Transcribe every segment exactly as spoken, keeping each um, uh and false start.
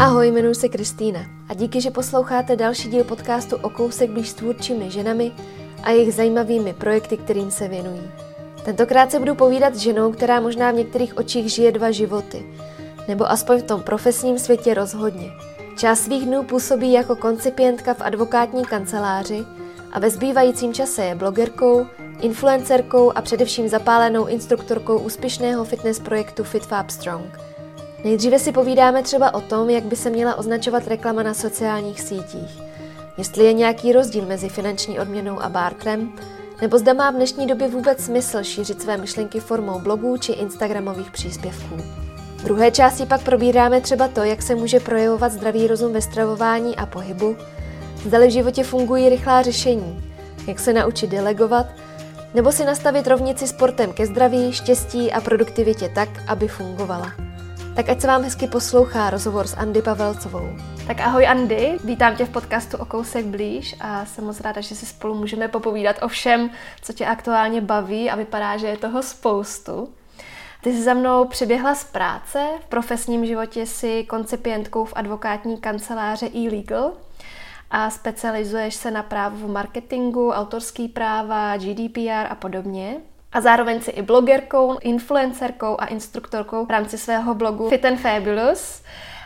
Ahoj, jmenuji se Kristýna a díky, že posloucháte další díl podcastu O kousek blíž s tvůrčími ženami a jejich zajímavými projekty, kterým se věnují. Tentokrát se budu povídat s ženou, která možná v některých očích žije dva životy, nebo aspoň v tom profesním světě rozhodně. Část svých dnů působí jako koncipientka v advokátní kanceláři a ve zbývajícím čase je blogerkou, influencerkou a především zapálenou instruktorkou úspěšného fitness projektu FitFab Strong. Nejdříve si povídáme třeba o tom, jak by se měla označovat reklama na sociálních sítích, jestli je nějaký rozdíl mezi finanční odměnou a bartrem, nebo zda má v dnešní době vůbec smysl šířit své myšlenky formou blogů či instagramových příspěvků. V druhé části pak probíráme třeba to, jak se může projevovat zdravý rozum ve stravování a pohybu, zdali v životě fungují rychlá řešení, jak se naučit delegovat, nebo si nastavit rovnici sportem ke zdraví, štěstí a produktivitě tak, aby fungovala. Tak ať se vám hezky poslouchá rozhovor s Andy Pavelcovou. Tak ahoj Andy, vítám tě v podcastu O kousek blíž a jsem moc ráda, že si spolu můžeme popovídat o všem, co tě aktuálně baví a vypadá, že je toho spoustu. Ty jsi za mnou přiběhla z práce, v profesním životě jsi koncipientkou v advokátní kanceláře eLegal a specializuješ se na právo v marketingu, autorský práva, G D P R a podobně. A zároveň si i blogerkou, influencerkou a instruktorkou v rámci svého blogu Fit and Fabulous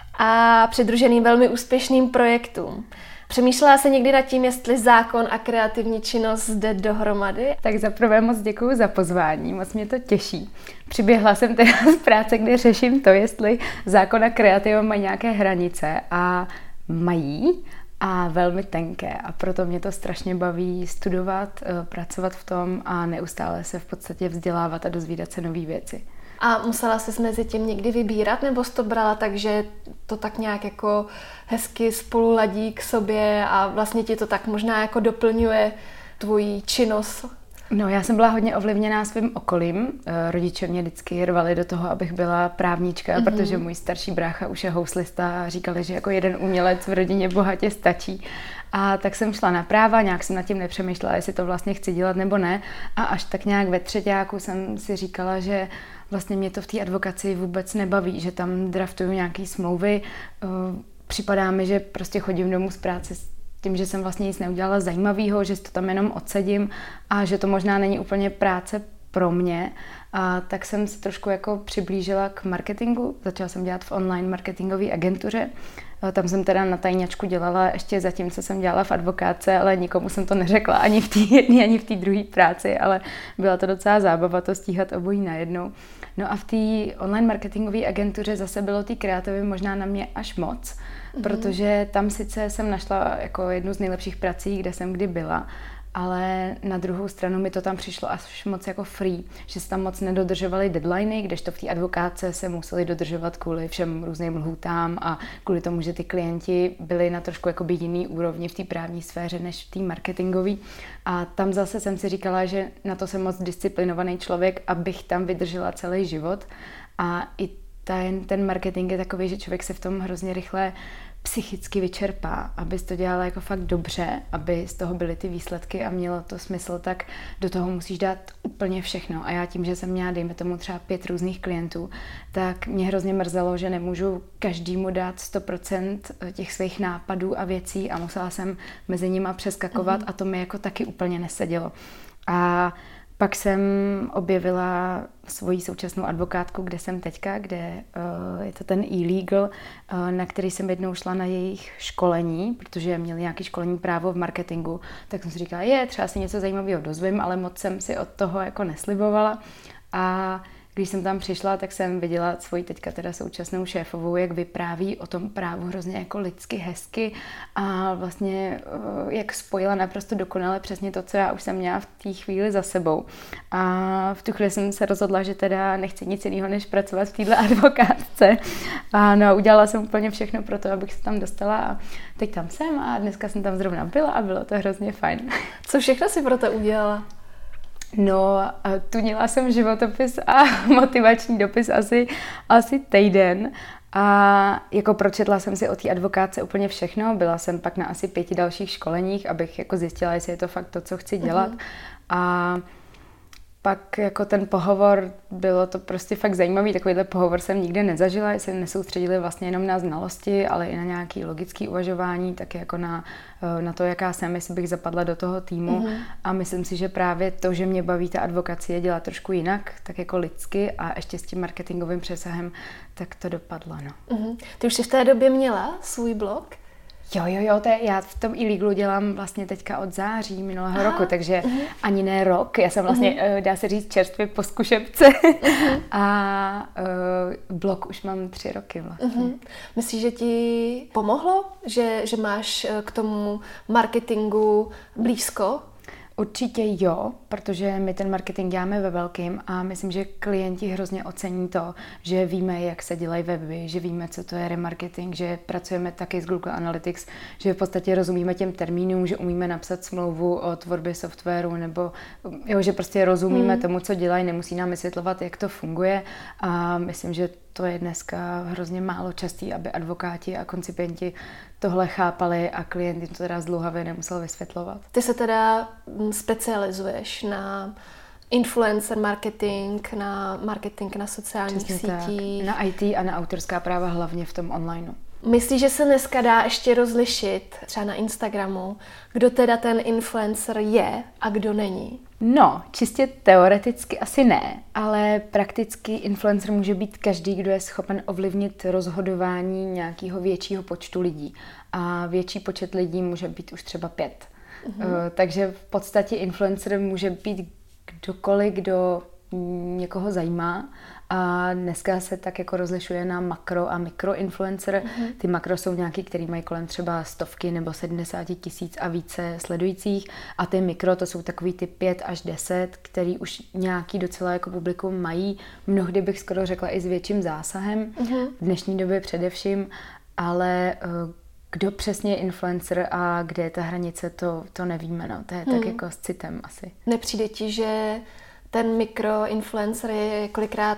a přidruženým velmi úspěšným projektům. Přemýšlela se někdy nad tím, jestli zákon a kreativní činnost jde dohromady? Tak zaprvé moc děkuju za pozvání, moc mě to těší. Přiběhla jsem teda z práce, kde řeším to, jestli zákon a kreativa mají nějaké hranice a mají. A velmi tenké a proto mě to strašně baví studovat, pracovat v tom a neustále se v podstatě vzdělávat a dozvídat se nové věci. A musela ses mezi tím někdy vybírat, nebo jsi to brala tak, že to tak nějak jako hezky spolu ladí k sobě a vlastně ti to tak možná jako doplňuje tvoji činnost? No, já jsem byla hodně ovlivněná svým okolím. Rodiče mě vždycky rvali do toho, abych byla právnička, mm-hmm. protože můj starší brácha už je houslista a říkali, že jako jeden umělec v rodině bohatě stačí. A tak jsem šla na práva, nějak jsem nad tím nepřemýšlela, jestli to vlastně chci dělat nebo ne. A až tak nějak ve třeťáku jsem si říkala, že vlastně mě to v té advokaci vůbec nebaví, že tam draftuju nějaký smlouvy. Připadá mi, že prostě chodím domů z práce tím, že jsem vlastně nic neudělala zajímavého, že si to tam jenom odsedím a že to možná není úplně práce pro mě. A tak jsem se trošku jako přiblížila k marketingu. Začala jsem dělat v online marketingové agentuře. Tam jsem teda na tajňačku dělala ještě zatím, co jsem dělala v advokáce, ale nikomu jsem to neřekla ani v té jedné, ani v té druhé práci, ale byla to docela zábava to stíhat obojí najednou. No a v té online marketingové agentuře zase bylo té kreativy možná na mě až moc, mm-hmm. protože tam sice jsem našla jako jednu z nejlepších prací, kde jsem kdy byla, ale na druhou stranu mi to tam přišlo až moc jako free, že se tam moc nedodržovaly deadliny, kdežto v té advokátce se museli dodržovat kvůli všem různým lhůtám a kvůli tomu, že ty klienti byli na trošku jakoby jiný úrovni v té právní sféře než v té marketingové. A tam zase jsem si říkala, že na to jsem moc disciplinovaný člověk, abych tam vydržela celý život. A i ten, ten marketing je takový, že člověk se v tom hrozně rychle psychicky vyčerpá, abys to dělala jako fakt dobře, aby z toho byly ty výsledky a mělo to smysl, tak do toho musíš dát úplně všechno. A já tím, že jsem měla, dejme tomu třeba pět různých klientů, tak mě hrozně mrzelo, že nemůžu každému dát sto procent těch svých nápadů a věcí a musela jsem mezi nima přeskakovat mm-hmm. a to mi jako taky úplně nesedělo. A pak jsem objevila svoji současnou advokátku, kde jsem teďka, kde uh, je to ten eLegal, uh, na který jsem jednou šla na jejich školení, protože měli nějaké školení právo v marketingu, tak jsem si říkala, je, třeba si něco zajímavého dozvím, ale moc jsem si od toho jako neslibovala. A když jsem tam přišla, tak jsem viděla svoji teďka teda současnou šéfovou, jak vypráví o tom právu hrozně jako lidsky hezky a vlastně jak spojila naprosto dokonale přesně to, co já už jsem měla v té chvíli za sebou. A v tu chvíli jsem se rozhodla, že teda nechci nic jiného, než pracovat v této advokátce. A no, udělala jsem úplně všechno pro to, abych se tam dostala a teď tam jsem a dneska jsem tam zrovna byla a bylo to hrozně fajn. Co všechno si pro to udělala? No, tunila jsem životopis a motivační dopis asi, asi týden a jako pročetla jsem si o té advokátce úplně všechno. Byla jsem pak na asi pěti dalších školeních, abych jako zjistila, jestli je to fakt to, co chci dělat. Mm-hmm. A pak jako ten pohovor, bylo to prostě fakt zajímavý, takovýhle pohovor jsem nikdy nezažila, se nesoustředili vlastně jenom na znalosti, ale i na nějaké logické uvažování, tak jako na, na to, jaká jsem, jestli bych zapadla do toho týmu mm-hmm. a myslím si, že právě to, že mě baví ta advokacie dělat trošku jinak, tak jako lidsky a ještě s tím marketingovým přesahem, tak to dopadlo, no. Mm-hmm. Ty už jsi v té době měla svůj blog? Jo, jo, jo, to je, já v tom e-legalu dělám vlastně teďka od září minulého Aha, roku, takže uh-huh. ani ne rok, já jsem vlastně, uh-huh. dá se říct, čerstvě po zkušebce uh-huh. a uh, blog už mám tři roky vlastně. Uh-huh. Myslíš, že ti pomohlo, že, že máš k tomu marketingu blízko? Určitě jo, protože my ten marketing děláme ve velkým a myslím, že klienti hrozně ocení to, že víme, jak se dělají weby, že víme, co to je remarketing, že pracujeme taky s Google Analytics, že v podstatě rozumíme těm termínům, že umíme napsat smlouvu o tvorbě softwaru nebo jo, že prostě rozumíme hmm. tomu, co dělají, nemusí nám vysvětlovat, jak to funguje a myslím, že to je dneska hrozně málo častý, aby advokáti a koncipienti tohle chápali a klient jim to teda zdlouhavě nemusel vysvětlovat. Ty se teda specializuješ na influencer marketing, na marketing na sociálních Přesně sítích. Tak. Na í té a na autorská práva hlavně v tom onlineu. Myslíš, že se dneska dá ještě rozlišit třeba na Instagramu, kdo teda ten influencer je a kdo není? No, čistě teoreticky asi ne, ale prakticky influencer může být každý, kdo je schopen ovlivnit rozhodování nějakého většího počtu lidí. A větší počet lidí může být už třeba pět. Mhm. Uh, takže v podstatě influencer může být kdokoliv, kdo někoho zajímá. A dneska se tak jako rozlišuje na makro a mikroinfluencer. Mm-hmm. Ty makro jsou nějaký, který mají kolem třeba stovky nebo sedmdesát tisíc a více sledujících. A ty mikro, to jsou takový ty pět až deset, který už nějaký docela jako publikum mají. Mnohdy bych skoro řekla i s větším zásahem. Mm-hmm. V dnešní době především. Ale kdo přesně je influencer a kde je ta hranice, to, to nevíme. No. To je mm. tak jako s citem asi. Nepřijde ti, že ten mikroinfluencer je kolikrát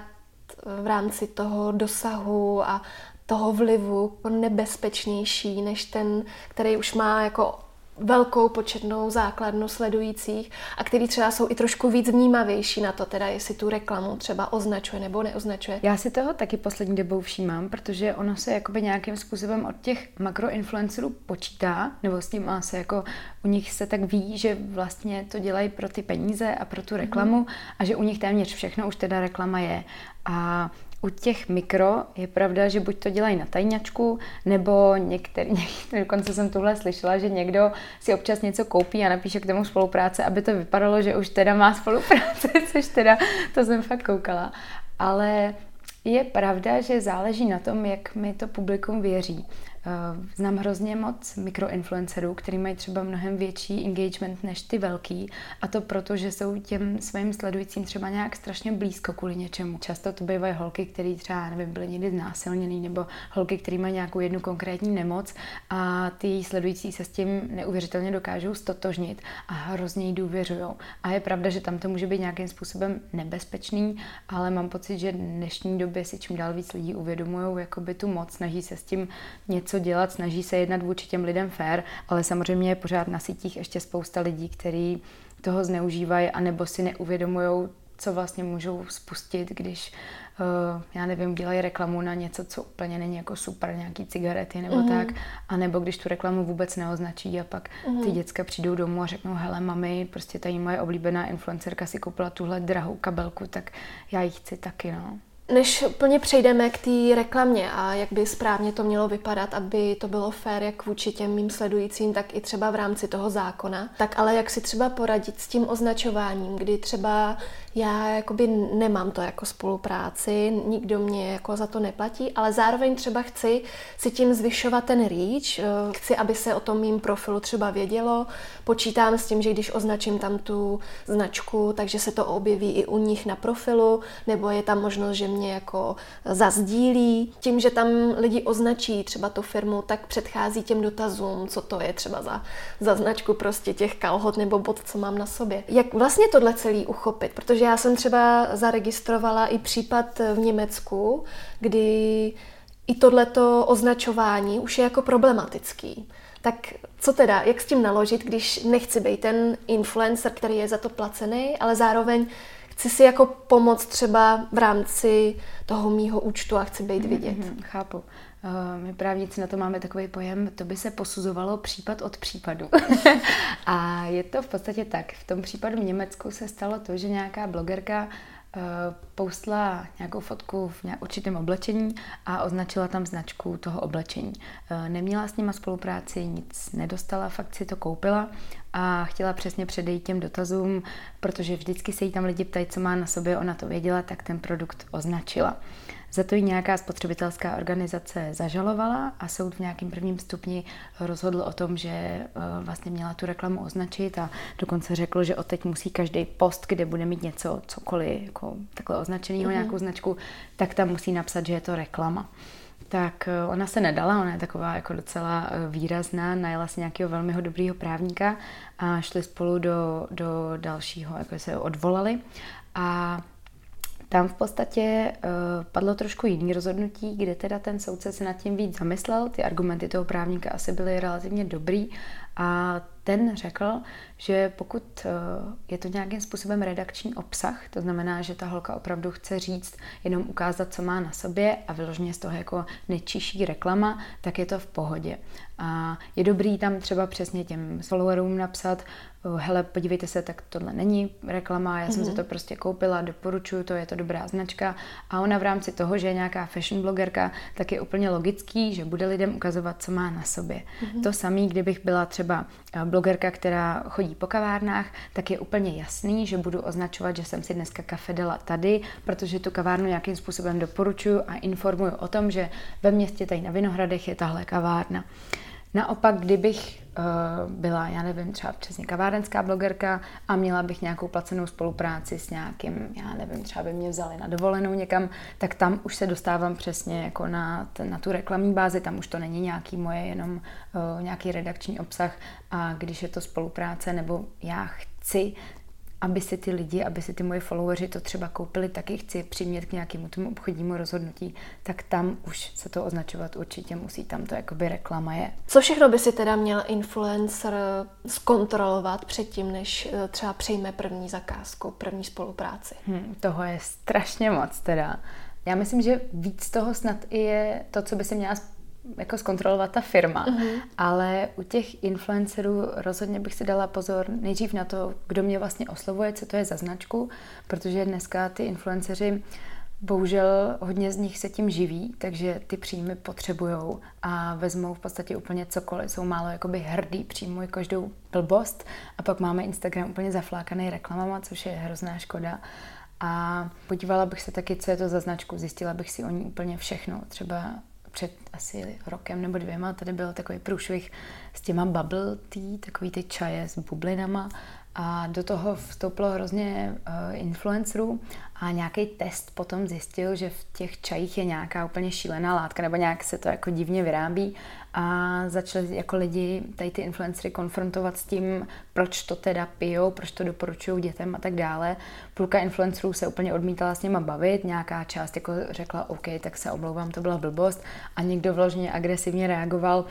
v rámci toho dosahu a toho vlivu nebezpečnější než ten, který už má jako velkou početnou základnu sledujících a který třeba jsou i trošku víc vnímavější na to, teda jestli tu reklamu třeba označuje nebo neoznačuje. Já si toho taky poslední dobou všímám, protože ono se jakoby nějakým způsobem od těch makroinfluencerů počítá, nebo s tím se jako u nich se tak ví, že vlastně to dělají pro ty peníze a pro tu reklamu mm. a že u nich téměř všechno už teda reklama je. A u těch mikro je pravda, že buď to dělají na tajňačku, nebo některý, některý, dokonce jsem tuhle slyšela, že někdo si občas něco koupí a napíše k tomu spolupráce, aby to vypadalo, že už teda má spolupráce, což teda, to jsem fakt koukala. Ale je pravda, že záleží na tom, jak mi to publikum věří. Znám hrozně moc mikroinfluencerů, který mají třeba mnohem větší engagement než ty velký a to proto, že jsou těm svým sledujícím třeba nějak strašně blízko kvůli něčemu. Často to bývají holky, které třeba, nevím, byly někdy znásilněný nebo holky, které mají nějakou jednu konkrétní nemoc a ty její sledující se s tím neuvěřitelně dokážou stotožnit a hrozně jí důvěřujou. A je pravda, že tam to může být nějakým způsobem nebezpečný, ale mám pocit, že v dnešní době si čím dál víc lidí uvědomujou jakoby tu moc, snaží se s tím něco co dělat, snaží se jednat vůči těm lidem fair, ale samozřejmě je pořád na sítích ještě spousta lidí, kteří toho zneužívají a nebo si neuvědomujou, co vlastně můžou spustit, když, uh, já nevím, dělají reklamu na něco, co úplně není jako super, nějaký cigarety nebo mm. tak, a nebo když tu reklamu vůbec neoznačí a pak mm. ty děcka přijdou domů a řeknou, hele mami, prostě tady moje oblíbená influencerka si koupila tuhle drahou kabelku, tak já ji chci taky, no. Než plně přejdeme k té reklamě a jak by správně to mělo vypadat, aby to bylo fér jak vůči těm mým sledujícím, tak i třeba v rámci toho zákona, tak ale jak si třeba poradit s tím označováním, kdy třeba já jakoby nemám to jako spolupráci, nikdo mě jako za to neplatí, ale zároveň třeba chci si tím zvyšovat ten reach, chci, aby se o tom mým profilu třeba vědělo, počítám s tím, že když označím tam tu značku, takže se to objeví i u nich na profilu, nebo je tam možnost, že mě jako zazdílí. Tím, že tam lidi označí třeba tu firmu, tak předchází těm dotazům, co to je třeba za, za značku prostě těch kalhot nebo bot, co mám na sobě. Jak vlastně tohle celý uchopit? Protože já jsem třeba zaregistrovala i případ v Německu, kdy i tohleto označování už je jako problematický. Tak co teda, jak s tím naložit, když nechci být ten influencer, který je za to placený, ale zároveň chci si jako pomoct třeba v rámci toho mýho účtu a chci být vidět. Mm-hmm, chápu. Uh, my právníci na to máme takový pojem, to by se posuzovalo případ od případu. A je to v podstatě tak. V tom případu v Německu se stalo to, že nějaká blogerka uh, postla nějakou fotku v nějak určitém oblečení a označila tam značku toho oblečení. Uh, neměla s nima spolupráci, nic nedostala, fakt si to koupila a chtěla přesně předejít těm dotazům, protože vždycky se jí tam lidi ptají, co má na sobě, ona to věděla, tak ten produkt označila. Za to ji nějaká spotřebitelská organizace zažalovala a soud v nějakém prvním stupni rozhodl o tom, že vlastně měla tu reklamu označit a dokonce řekl, že odteď musí každý post, kde bude mít něco, cokoliv jako takhle označeného, mm-hmm. nějakou značku, tak tam musí napsat, že je to reklama. Tak ona se nedala, ona je taková jako docela výrazná, najela si nějakého velmi dobrýho právníka a šli spolu do, do dalšího, jako se odvolali a tam v podstatě uh, padlo trošku jiný rozhodnutí, kde teda ten soudce se nad tím víc zamyslel, ty argumenty toho právníka asi byly relativně dobrý a ten řekl, že pokud uh, je to nějakým způsobem redakční obsah, to znamená, že ta holka opravdu chce říct, jenom ukázat, co má na sobě a vyloženě z toho jako nečiší reklama, tak je to v pohodě. A je dobrý tam třeba přesně těm followerům napsat, hele, podívejte se, tak tohle není reklama, já jsem mm-hmm. si to prostě koupila, doporučuju to, je to dobrá značka. A ona v rámci toho, že je nějaká fashion blogerka, tak je úplně logický, že bude lidem ukazovat, co má na sobě. Mm-hmm. To samé, kdybych byla třeba blogerka, která chodí po kavárnách, tak je úplně jasný, že budu označovat, že jsem si dneska kafe dala tady, protože tu kavárnu nějakým způsobem doporučuju a informuju o tom, že ve městě tady na Vinohradech je tahle kavárna. Naopak, kdybych uh, byla, já nevím, třeba přesně kavárenská blogerka a měla bych nějakou placenou spolupráci s nějakým, já nevím, třeba by mě vzali na dovolenou někam, tak tam už se dostávám přesně jako na, t- na tu reklamní bázi, tam už to není nějaký moje jenom uh, nějaký redakční obsah a když je to spolupráce nebo já chci, aby si ty lidi, aby si ty moji followeri to třeba koupili, taky chci přimět k nějakému tomu obchodnímu rozhodnutí, tak tam už se to označovat určitě musí, tam to jakoby reklama je. Co všechno by si teda měl influencer zkontrolovat předtím, než třeba přijme první zakázku, první spolupráci? Hmm, toho je strašně moc teda. Já myslím, že víc toho snad i je to, co by si měla jako zkontrolovat ta firma, uh-huh. ale u těch influencerů rozhodně bych si dala pozor nejdřív na to, kdo mě vlastně oslovuje, co to je za značku, protože dneska ty influenceři, bohužel hodně z nich se tím živí, takže ty příjmy potřebujou a vezmou v podstatě úplně cokoliv, jsou málo jakoby hrdý, přijmují každou blbost a pak máme Instagram úplně zaflákaný reklamama, což je hrozná škoda. A podívala bych se taky, co je to za značku, zjistila bych si o ní úplně všechno, třeba před asi rokem nebo dvěma tady byl takový průšvih s těma bubble tea, takový ty čaje s bublinama a do toho vstoupilo hrozně uh, influencerů a nějaký test potom zjistil, že v těch čajích je nějaká úplně šílená látka nebo nějak se to jako divně vyrábí a začali jako lidi tady ty influencery konfrontovat s tím, proč to teda pijou, proč to doporučují dětem a tak dále. Půlka influencerů se úplně odmítala s nima bavit, nějaká část jako řekla OK, tak se omlouvám, to byla blbost a někdo vložně agresivně reagoval.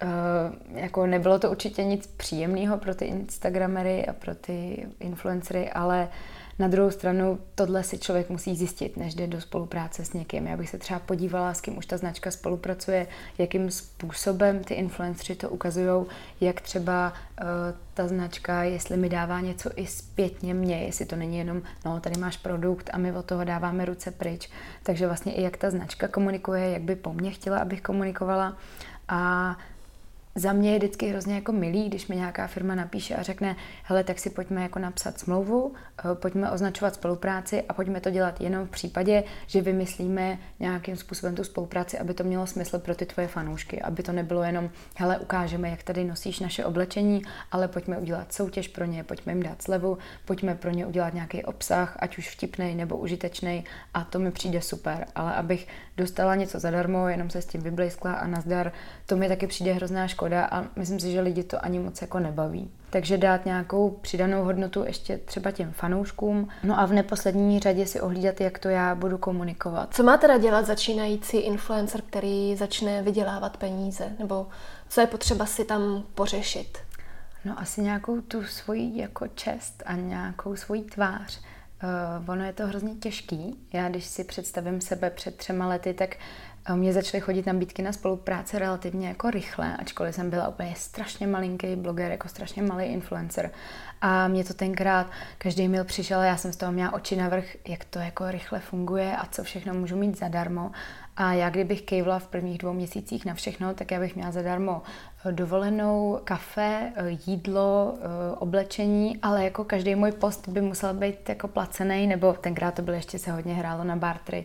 Uh, jako nebylo to určitě nic příjemného pro ty instagramery a pro ty influencery, ale na druhou stranu tohle si člověk musí zjistit, než jde do spolupráce s někým. Já bych se třeba podívala, s kým už ta značka spolupracuje, jakým způsobem ty influenceři to ukazujou, jak třeba uh, ta značka, jestli mi dává něco i zpětně mně, jestli to není jenom, no tady máš produkt a my od toho dáváme ruce pryč. Takže vlastně i jak ta značka komunikuje, jak by po mně chtěla, abych komunikovala. A za mě je vždycky hrozně jako milý, když mi nějaká firma napíše a řekne, hele, tak si pojďme jako napsat smlouvu, pojďme označovat spolupráci a pojďme to dělat jenom v případě, že vymyslíme nějakým způsobem tu spolupráci, aby to mělo smysl pro ty tvoje fanoušky, aby to nebylo jenom, hele, ukážeme, jak tady nosíš naše oblečení, ale pojďme udělat soutěž pro ně, pojďme jim dát slevu, pojďme pro ně udělat nějaký obsah, ať už vtipnej nebo užitečnej a to mi přijde super, ale abych dostala něco zadarmo, jenom se s tím vyblejskla a nazdar, to mi taky přijde hrozná škoda a myslím si, že lidi to ani moc jako nebaví. Takže dát nějakou přidanou hodnotu ještě třeba těm fanouškům. No a v neposlední řadě si ohlídat, jak to já budu komunikovat. Co má teda dělat začínající influencer, který začne vydělávat peníze? Nebo co je potřeba si tam pořešit? No asi nějakou tu svoji jako čest a nějakou svoji tvář. Uh, ono je to hrozně těžký. Já když si představím sebe před třema lety, tak mě začaly chodit nabídky na spolupráce relativně jako rychle, ačkoliv jsem byla úplně strašně malinký bloger, jako strašně malý influencer. A mě to tenkrát každý mail přišel a já jsem z toho měla oči navrch, jak to jako rychle funguje a co všechno můžu mít zadarmo. A já kdybych kejvla v prvních dvou měsících na všechno, tak já bych měla zadarmo dovolenou, kafe, jídlo, oblečení, ale jako každý můj post by musel být jako placený, nebo tenkrát to bylo ještě se hodně hrálo na bartery.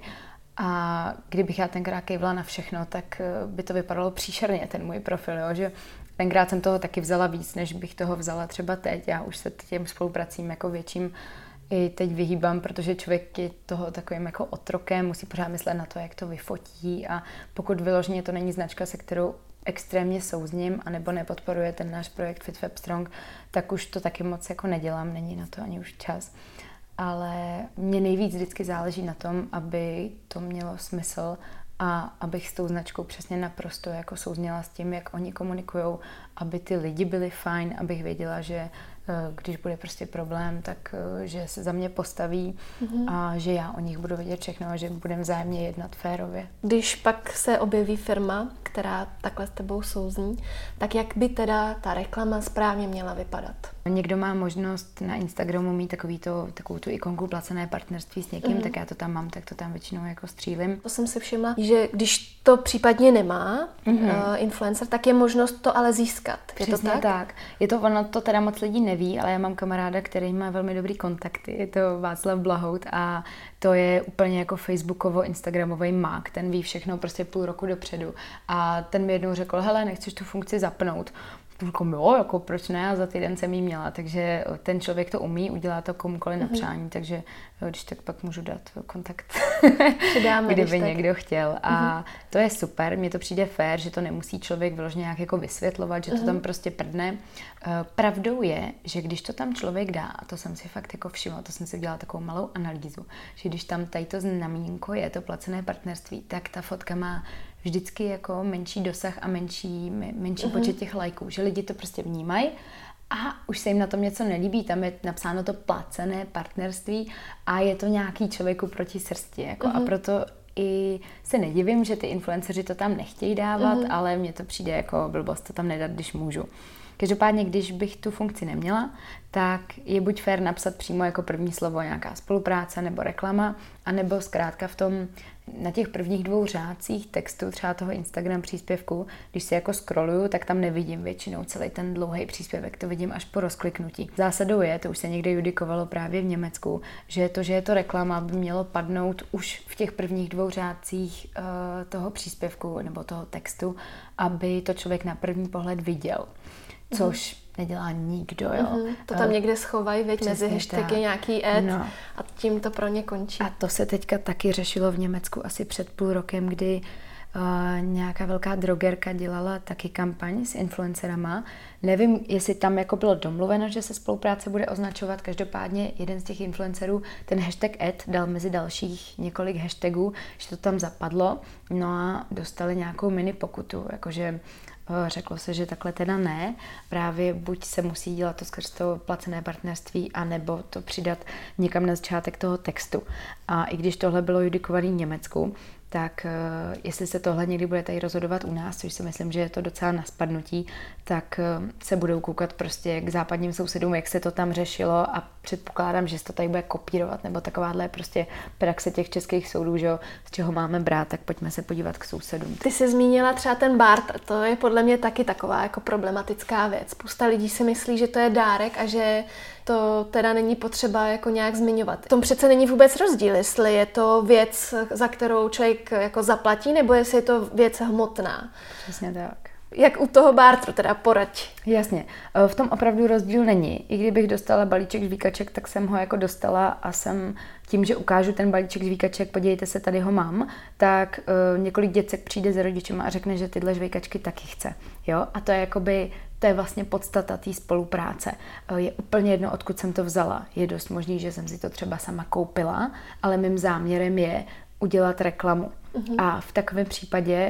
A kdybych já tenkrát kejvla na všechno, tak by to vypadalo příšerně, ten můj profil, jo? Že tenkrát jsem toho taky vzala víc, než bych toho vzala třeba teď. Já už se těm spolupracím jako větším i teď vyhýbám, protože člověk je toho takovým jako otrokem, musí pořád myslet na to, jak to vyfotí a pokud vyloženě to není značka, se kterou extrémně souzním, anebo nepodporuje ten náš projekt Fit Fab Strong, tak už to taky moc jako nedělám, není na to ani už čas. Ale mě nejvíc vždycky záleží na tom, aby to mělo smysl a abych s tou značkou přesně naprosto jako souzněla s tím, jak oni komunikujou, aby ty lidi byli fajn, abych věděla, že když bude prostě problém, tak že se za mě postaví mm-hmm. a že já o nich budu vědět všechno a že budeme vzájemně jednat férově. Když pak se objeví firma, která takhle s tebou souzní, tak jak by teda ta reklama správně měla vypadat? Někdo má možnost na Instagramu mít takový to, takovou tu ikonku placené partnerství s někým, mm-hmm. tak já to tam mám, tak to tam většinou jako střílím. To jsem si všimla, že když to případně nemá mm-hmm. uh, influencer, tak je možnost to ale získat. Je Přesně to tak? tak. Je to, ono to teda moc lidí neví, ale já mám kamaráda, který má velmi dobrý kontakty. Je to Václav Blahout a to je úplně jako facebookovo, instagramový mák. Ten ví všechno prostě půl roku dopředu. A ten mi jednou řekl, hele, nechceš tu funkci zapnout? Říkám, jo, jako proč ne, a za týden jsem jí měla, takže ten člověk to umí, udělá to komukoliv na přání, mm-hmm. takže jo, když tak pak můžu dát kontakt, Přidáme, kdyby někdo tak. chtěl. A mm-hmm. to je super, mně to přijde fér, že to nemusí člověk vyloženě nějak jako vysvětlovat, že to mm-hmm. tam prostě prdne. Pravdou je, že když to tam člověk dá, a to jsem si fakt jako všimla, to jsem si udělala takovou malou analýzu, že když tam tady to znamínko je, to placené partnerství, tak ta fotka má vždycky jako menší dosah a menší, menší uh-huh. počet těch lajků, že lidi to prostě vnímají a už se jim na tom něco nelíbí, tam je napsáno to placené partnerství a je to nějaký člověku proti srsti, jako uh-huh. a proto i se nedivím, že ty influenceři to tam nechtějí dávat, uh-huh. ale mně to přijde jako blbost to tam nedat, když můžu. Každopádně, když bych tu funkci neměla, tak je buď fér napsat přímo jako první slovo nějaká spolupráce nebo reklama, anebo zkrátka v tom, na těch prvních dvou řádcích textu třeba toho Instagram příspěvku, když si jako scrolluju, tak tam nevidím většinou celý ten dlouhý příspěvek, to vidím až po rozkliknutí. Zásadou je, to už se někde judikovalo právě v Německu, že to, že je to reklama, by mělo padnout už v těch prvních dvou řádcích uh, toho příspěvku nebo toho textu, aby to člověk na první pohled viděl. Což nedělá nikdo, jo. Uh-huh. To tam někde schovají, veď mezi hashtagy nějaký ad no. a tím to pro ně končí. A to se teďka taky řešilo v Německu asi před půl rokem, kdy uh, nějaká velká drogerka dělala taky kampaň s influencerama. Nevím, jestli tam jako bylo domluveno, že se spolupráce bude označovat. Každopádně jeden z těch influencerů ten hashtag ad dal mezi dalších několik hashtagů, že to tam zapadlo, no a dostali nějakou mini pokutu, jakože řeklo se, že takhle teda ne. Právě buď se musí dělat to skrz to placené partnerství, anebo to přidat někam na začátek toho textu. A i když tohle bylo judikované v Německu, tak uh, jestli se tohle někdy bude tady rozhodovat u nás, což si myslím, že je to docela na spadnutí, tak uh, se budou koukat prostě k západním sousedům, jak se to tam řešilo a předpokládám, že se to tady bude kopírovat, nebo takováhle prostě praxe těch českých soudů, že jo, z čeho máme brát, tak pojďme se podívat k sousedům. Ty jsi zmínila třeba ten barter, to je podle mě taky taková jako problematická věc. Spousta lidí si myslí, že to je dárek a že to teda není potřeba jako nějak zmiňovat. V tom přece není vůbec rozdíl, jestli je to věc, za kterou člověk jako zaplatí, nebo jestli je to věc hmotná. Přesně tak. Jak u toho barteru, teda poraď. Jasně, v tom opravdu rozdíl není. I kdybych dostala balíček žvíkaček, tak jsem ho jako dostala a jsem tím, že ukážu ten balíček žvíkaček, podívejte se, tady ho mám, tak uh, několik děcek přijde za rodičema a řekne, že tyhle žvíkačky taky chce. Jo? A to je jakoby, to je vlastně podstata té spolupráce. Uh, je úplně jedno, odkud jsem to vzala. Je dost možný, že jsem si to třeba sama koupila, ale mým záměrem je udělat reklamu. Uhum. A v takovém případě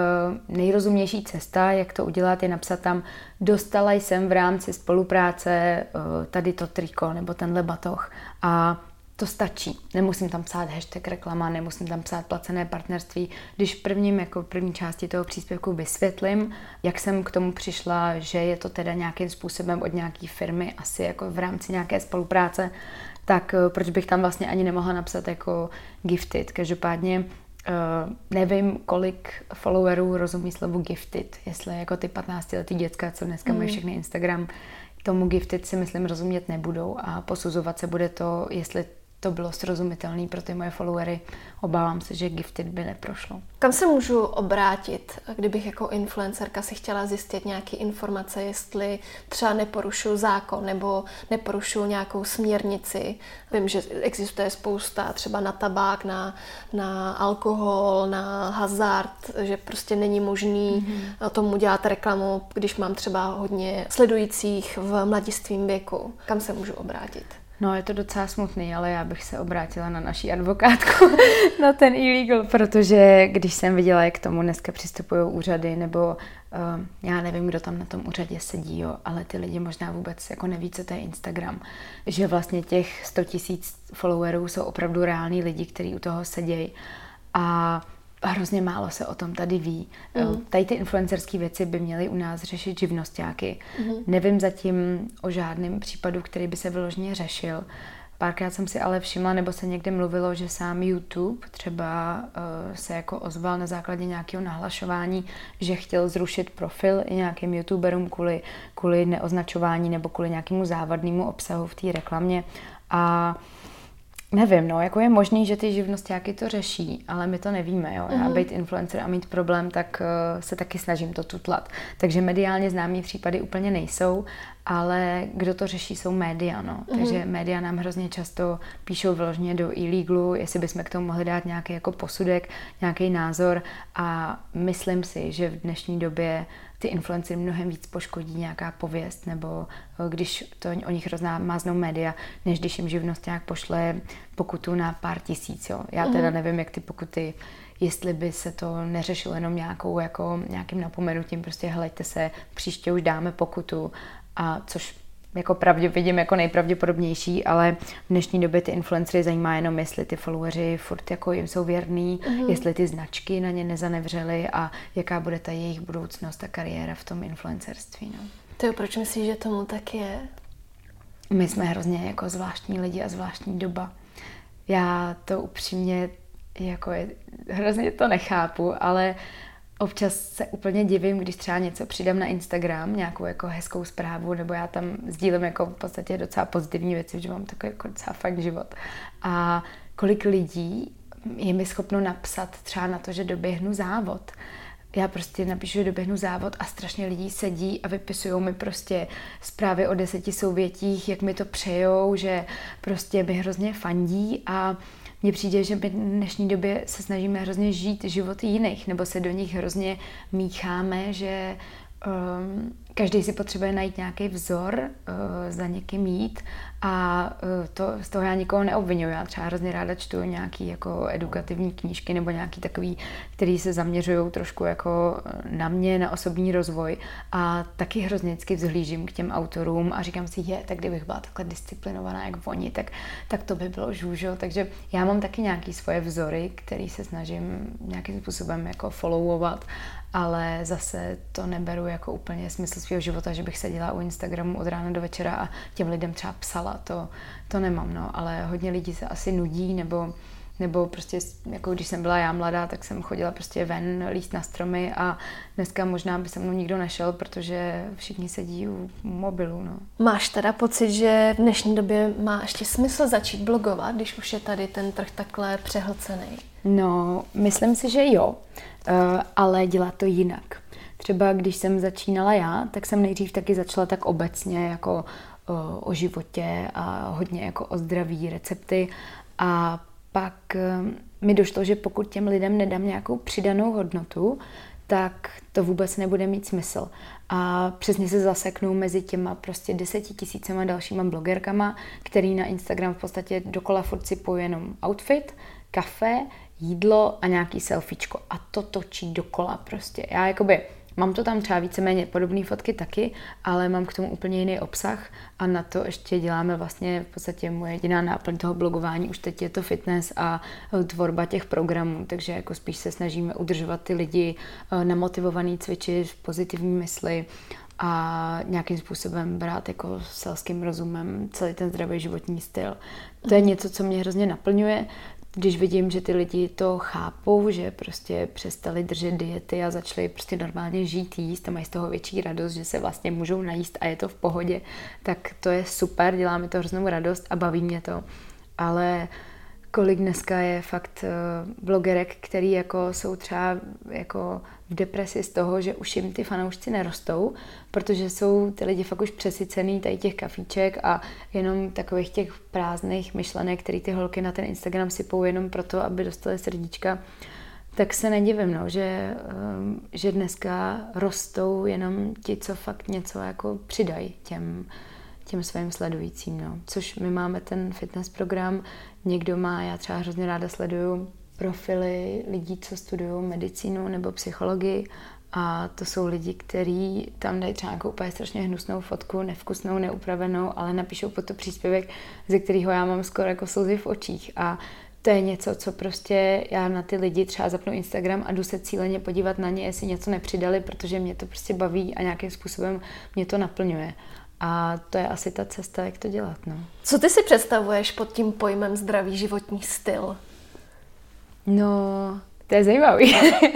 uh, nejrozumnější cesta, jak to udělat, je napsat tam, dostala jsem v rámci spolupráce uh, tady to triko nebo tenhle batoh a to stačí. Nemusím tam psát hashtag reklama, nemusím tam psát placené partnerství. Když v prvním, jako první části toho příspěvku vysvětlím, jak jsem k tomu přišla, že je to teda nějakým způsobem od nějaké firmy, asi jako v rámci nějaké spolupráce, tak proč bych tam vlastně ani nemohla napsat jako gifted. Každopádně Uh, nevím, kolik followerů rozumí slovu gifted, jestli jako ty patnáctiletý děcka, co dneska mm. mají všechny Instagram, tomu gifted si myslím rozumět nebudou a posuzovat se bude to, jestli to bylo srozumitelné pro ty moje followery. Obávám se, že gifted by neprošlo. Kam se můžu obrátit, kdybych jako influencerka si chtěla zjistit nějaké informace, jestli třeba neporušuju zákon nebo neporušuju nějakou směrnici. Vím, že existuje spousta třeba na tabák, na, na alkohol, na hazard, že prostě není možný mm-hmm. tomu dělat reklamu, když mám třeba hodně sledujících v mladistvím věku. Kam se můžu obrátit? No, je to docela smutný, ale já bych se obrátila na naší advokátku, na ten illegal, protože když jsem viděla, jak k tomu dneska přistupují úřady, nebo uh, já nevím, kdo tam na tom úřadě sedí, jo, ale ty lidi možná vůbec jako neví, co to je Instagram, že vlastně těch sto tisíc followerů jsou opravdu reální lidi, kteří u toho sedějí a A hrozně málo se o tom tady ví. Mm. Tady ty influencerské věci by měly u nás řešit živnosťáky. Mm. Nevím zatím o žádném případu, který by se vyloženě řešil. Párkrát jsem si ale všimla, nebo se někde mluvilo, že sám YouTube třeba uh, se jako ozval na základě nějakého nahlašování, že chtěl zrušit profil i nějakým YouTuberům kvůli, kvůli neoznačování nebo kvůli nějakému závadnému obsahu v té reklamě. A nevím, no, jako je možný, že ty živnosťáky to řeší, ale my to nevíme, jo. Já být influencer a mít problém, tak uh, se taky snažím to tutlat. Takže mediálně známý případy úplně nejsou, ale kdo to řeší, jsou média, no. Mm-hmm. Takže média nám hrozně často píšou vyloženě do e-legalu, jestli bychom k tomu mohli dát nějaký jako posudek, nějaký názor a myslím si, že v dnešní době ty influencery mnohem víc poškodí nějaká pověst, nebo když to o nich rozmáznou média, než když jim živnosťák pošle pokutu na pár tisíc, jo. Já teda nevím, jak ty pokuty, jestli by se to neřešilo jenom nějakou, jako nějakým napomenutím, prostě hleďte se, příště už dáme pokutu, a což jako pravdě vidím jako nejpravděpodobnější, ale v dnešní době ty influencery zajímá jenom, jestli ty followeri furt jako jim jsou věrný, mm-hmm. jestli ty značky na ně nezanevřely a jaká bude ta jejich budoucnost a kariéra v tom influencerství. No. Ty, proč myslíš, že tomu tak je? My jsme hrozně jako zvláštní lidi a zvláštní doba. Já to upřímně jako je, hrozně to nechápu, ale občas se úplně divím, když třeba něco přidám na Instagram, nějakou jako hezkou zprávu, nebo já tam sdílím jako v podstatě docela pozitivní věci, že mám takový jako docela fajn život. A kolik lidí je mi schopno napsat třeba na to, že doběhnu závod. Já prostě napíšu, že doběhnu závod a strašně lidí sedí a vypisují mi prostě zprávy o deseti souvětích, jak mi to přejou, že prostě mi hrozně fandí a mně přijde, že my v dnešní době se snažíme hrozně žít životy jiných, nebo se do nich hrozně mícháme, že um, každý si potřebuje najít nějaký vzor, uh, za někým jít a uh, to, z toho já nikoho neobvinuju. Já třeba hrozně ráda čtu nějaký jako edukativní knížky nebo nějaký takový, který se zaměřují trošku jako na mě, na osobní rozvoj a taky hrozně vždycky vzhlížím k těm autorům a říkám si, je, tak kdybych byla takhle disciplinovaná jak oni, tak, tak to by bylo žůžo. Takže já mám taky nějaký svoje vzory, který se snažím nějakým způsobem jako followovat, ale zase to neberu jako úplně smysl svého života, že bych seděla u Instagramu od rána do večera a těm lidem třeba psala, to, to nemám, no, ale hodně lidí se asi nudí, nebo, nebo prostě, jako když jsem byla já mladá, tak jsem chodila prostě ven líst na stromy a dneska možná by se mnou nikdo nešel, protože všichni sedí u mobilu, no. Máš teda pocit, že v dnešní době má ještě smysl začít blogovat, když už je tady ten trh takhle přehlcený? No, myslím si, že jo, ale dělat to jinak. Třeba když jsem začínala já, tak jsem nejdřív taky začala tak obecně jako o životě a hodně jako o zdraví, recepty a pak mi došlo, že pokud těm lidem nedám nějakou přidanou hodnotu, tak to vůbec nebude mít smysl. A přesně se zaseknou mezi těma prostě deseti tisícema dalšíma blogerkama, který na Instagram v podstatě dokola furt sypují jenom outfit, kafe, jídlo a nějaký selfiečko. A to točí dokola prostě. Já jakoby Mám to tam třeba víceméně podobné fotky taky, ale mám k tomu úplně jiný obsah a na to ještě děláme vlastně v podstatě moje jediná náplň toho blogování. Už teď je to fitness a tvorba těch programů, takže jako spíš se snažíme udržovat ty lidi namotivovaný cvičit v pozitivní mysli a nějakým způsobem brát jako selským rozumem celý ten zdravý životní styl. To je něco, co mě hrozně naplňuje, když vidím, že ty lidi to chápou, že prostě přestali držet diety a začali prostě normálně žít, jíst a mají z toho větší radost, že se vlastně můžou najíst a je to v pohodě, tak to je super, dělá mi to hroznou radost a baví mě to. Ale kolik dneska je fakt blogerek, který jako jsou třeba jako v depresi z toho, že už jim ty fanoušci nerostou, protože jsou ty lidi fakt už přesycený tady těch kafíček a jenom takových těch prázdných myšlenek, který ty holky na ten Instagram sypou jenom proto, aby dostaly srdíčka, tak se nedivím, no, že, že dneska rostou jenom ti, co fakt něco jako přidají těm těm svým sledujícím, no. Což my máme ten fitness program, někdo má, já třeba hrozně ráda sleduju profily lidí, co studují medicínu nebo psychologii a to jsou lidi, kteří tam dají třeba nějakou úplně strašně hnusnou fotku, nevkusnou, neupravenou, ale napíšou pod to příspěvek, ze kterého já mám skoro jako slzy v očích a to je něco, co prostě já na ty lidi třeba zapnu Instagram a jdu se cíleně podívat na ně, jestli něco nepřidali, protože mě to prostě baví a nějakým způsobem mě to naplňuje. A to je asi ta cesta, jak to dělat. No. Co ty si představuješ pod tím pojmem zdravý životní styl? No, to je zajímavý.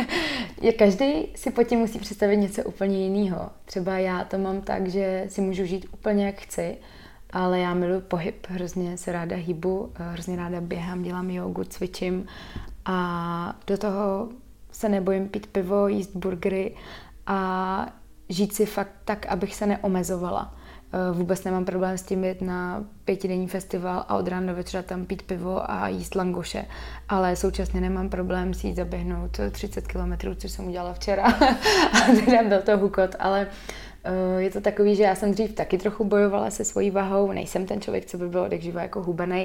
Každý si pod tím musí představit něco úplně jiného. Třeba já to mám tak, že si můžu žít úplně jak chci, ale já miluji pohyb, hrozně se ráda hýbu, hrozně ráda běhám, dělám jogu, cvičím a do toho se nebojím pít pivo, jíst burgery a žít si fakt tak, abych se neomezovala. Vůbec nemám problém s tím jít na pětidenní festival a od rána do večera tam pít pivo a jíst langoše. Ale současně nemám problém si jít zaběhnout třicet kilometrů, což jsem udělala včera. A teda byl to hukot, ale je to takový, že já jsem dřív taky trochu bojovala se svojí vahou. Nejsem ten člověk, co by byl odekživa jako hubenej.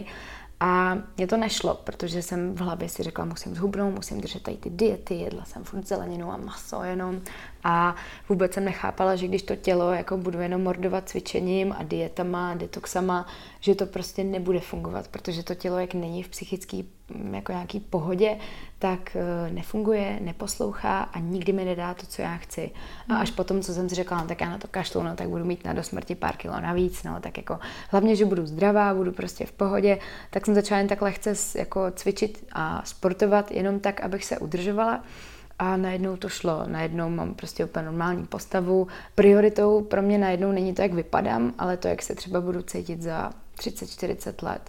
A mě to nešlo, protože jsem v hlavě si řekla, musím zhubnout, musím držet tady ty diety, jedla jsem furt zeleninu a maso jenom a vůbec jsem nechápala, že když to tělo jako budu jenom mordovat cvičením a dietama, detoxama, že to prostě nebude fungovat, protože to tělo, jak není v psychické jako nějaký pohodě, tak nefunguje, neposlouchá a nikdy mi nedá to, co já chci. A až potom, co jsem si řekla, no, tak já na to kašlu, no tak budu mít na do smrti pár kilo navíc, no tak jako hlavně, že budu zdravá, budu prostě v pohodě, tak jsem začala jen tak lehce jako cvičit a sportovat jenom tak, abych se udržovala. A najednou to šlo, najednou mám prostě úplně normální postavu. Prioritou pro mě najednou není to, jak vypadám, ale to, jak se třeba budu cítit za třicet čtyřicet let.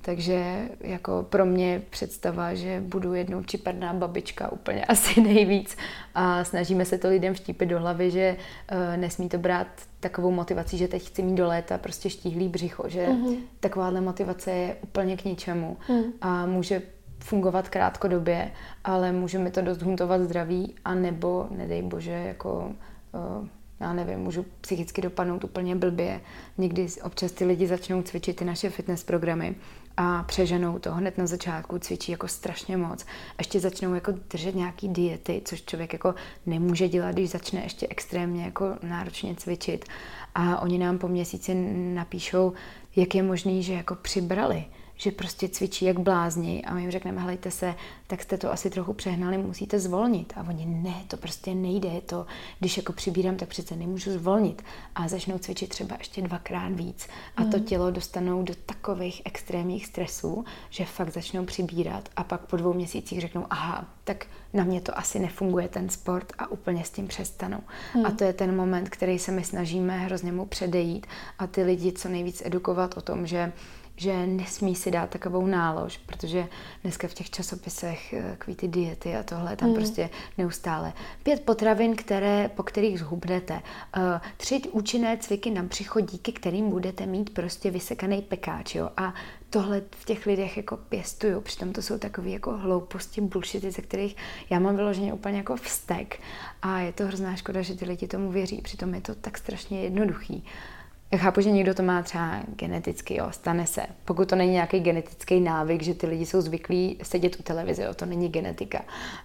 Takže jako pro mě představa, že budu jednou čiperná babička úplně asi nejvíc a snažíme se to lidem vštípit do hlavy, že uh, nesmí to brát takovou motivací, že teď chci mít do léta prostě štíhlý břicho, že mm-hmm. takováhle motivace je úplně k ničemu mm. a může fungovat krátkodobě, ale může mi to dost huntovat zdraví a nebo, nedej bože, jako uh, já nevím, můžu psychicky dopadnout úplně blbě. Někdy občas ty lidi začnou cvičit ty naše fitness programy a přeženou to hned na začátku, cvičí jako strašně moc. Ještě začnou jako držet nějaký diety, což člověk jako nemůže dělat, když začne ještě extrémně jako náročně cvičit. A oni nám po měsíci napíšou, jak je možný, že jako přibrali, že prostě cvičí jak blázni a my jim řekneme, helejte se, tak jste to asi trochu přehnali, musíte zvolnit. A oni, ne, to prostě nejde, to, když jako přibírám, tak přece nemůžu zvolnit. A začnou cvičit třeba ještě dvakrát víc. A to tělo dostanou do takových extrémních stresů, že fakt začnou přibírat a pak po dvou měsících řeknou, aha, tak na mě to asi nefunguje ten sport a úplně s tím přestanou. Hmm. A to je ten moment, který se my snažíme hrozně mu předejít a ty lidi co nejvíc edukovat o tom, že že nesmí si dát takovou nálož, protože dneska v těch časopisech takový ty diety a tohle tam mm. prostě neustále. Pět potravin, které, po kterých zhubnete. Uh, tři účinné cviky na břicho, díky kterým budete mít prostě vysekaný pekáč. Jo? A tohle v těch lidech jako pěstuju. Přitom to jsou takové jako hlouposti, bullshity, ze kterých já mám vyloženě úplně jako vztek. A je to hrozná škoda, že ty lidi tomu věří. Přitom je to tak strašně jednoduchý. Já chápu, že někdo to má třeba geneticky, jo, stane se. Pokud to není nějaký genetický návyk, že ty lidi jsou zvyklí sedět u televize, jo, to není genetika.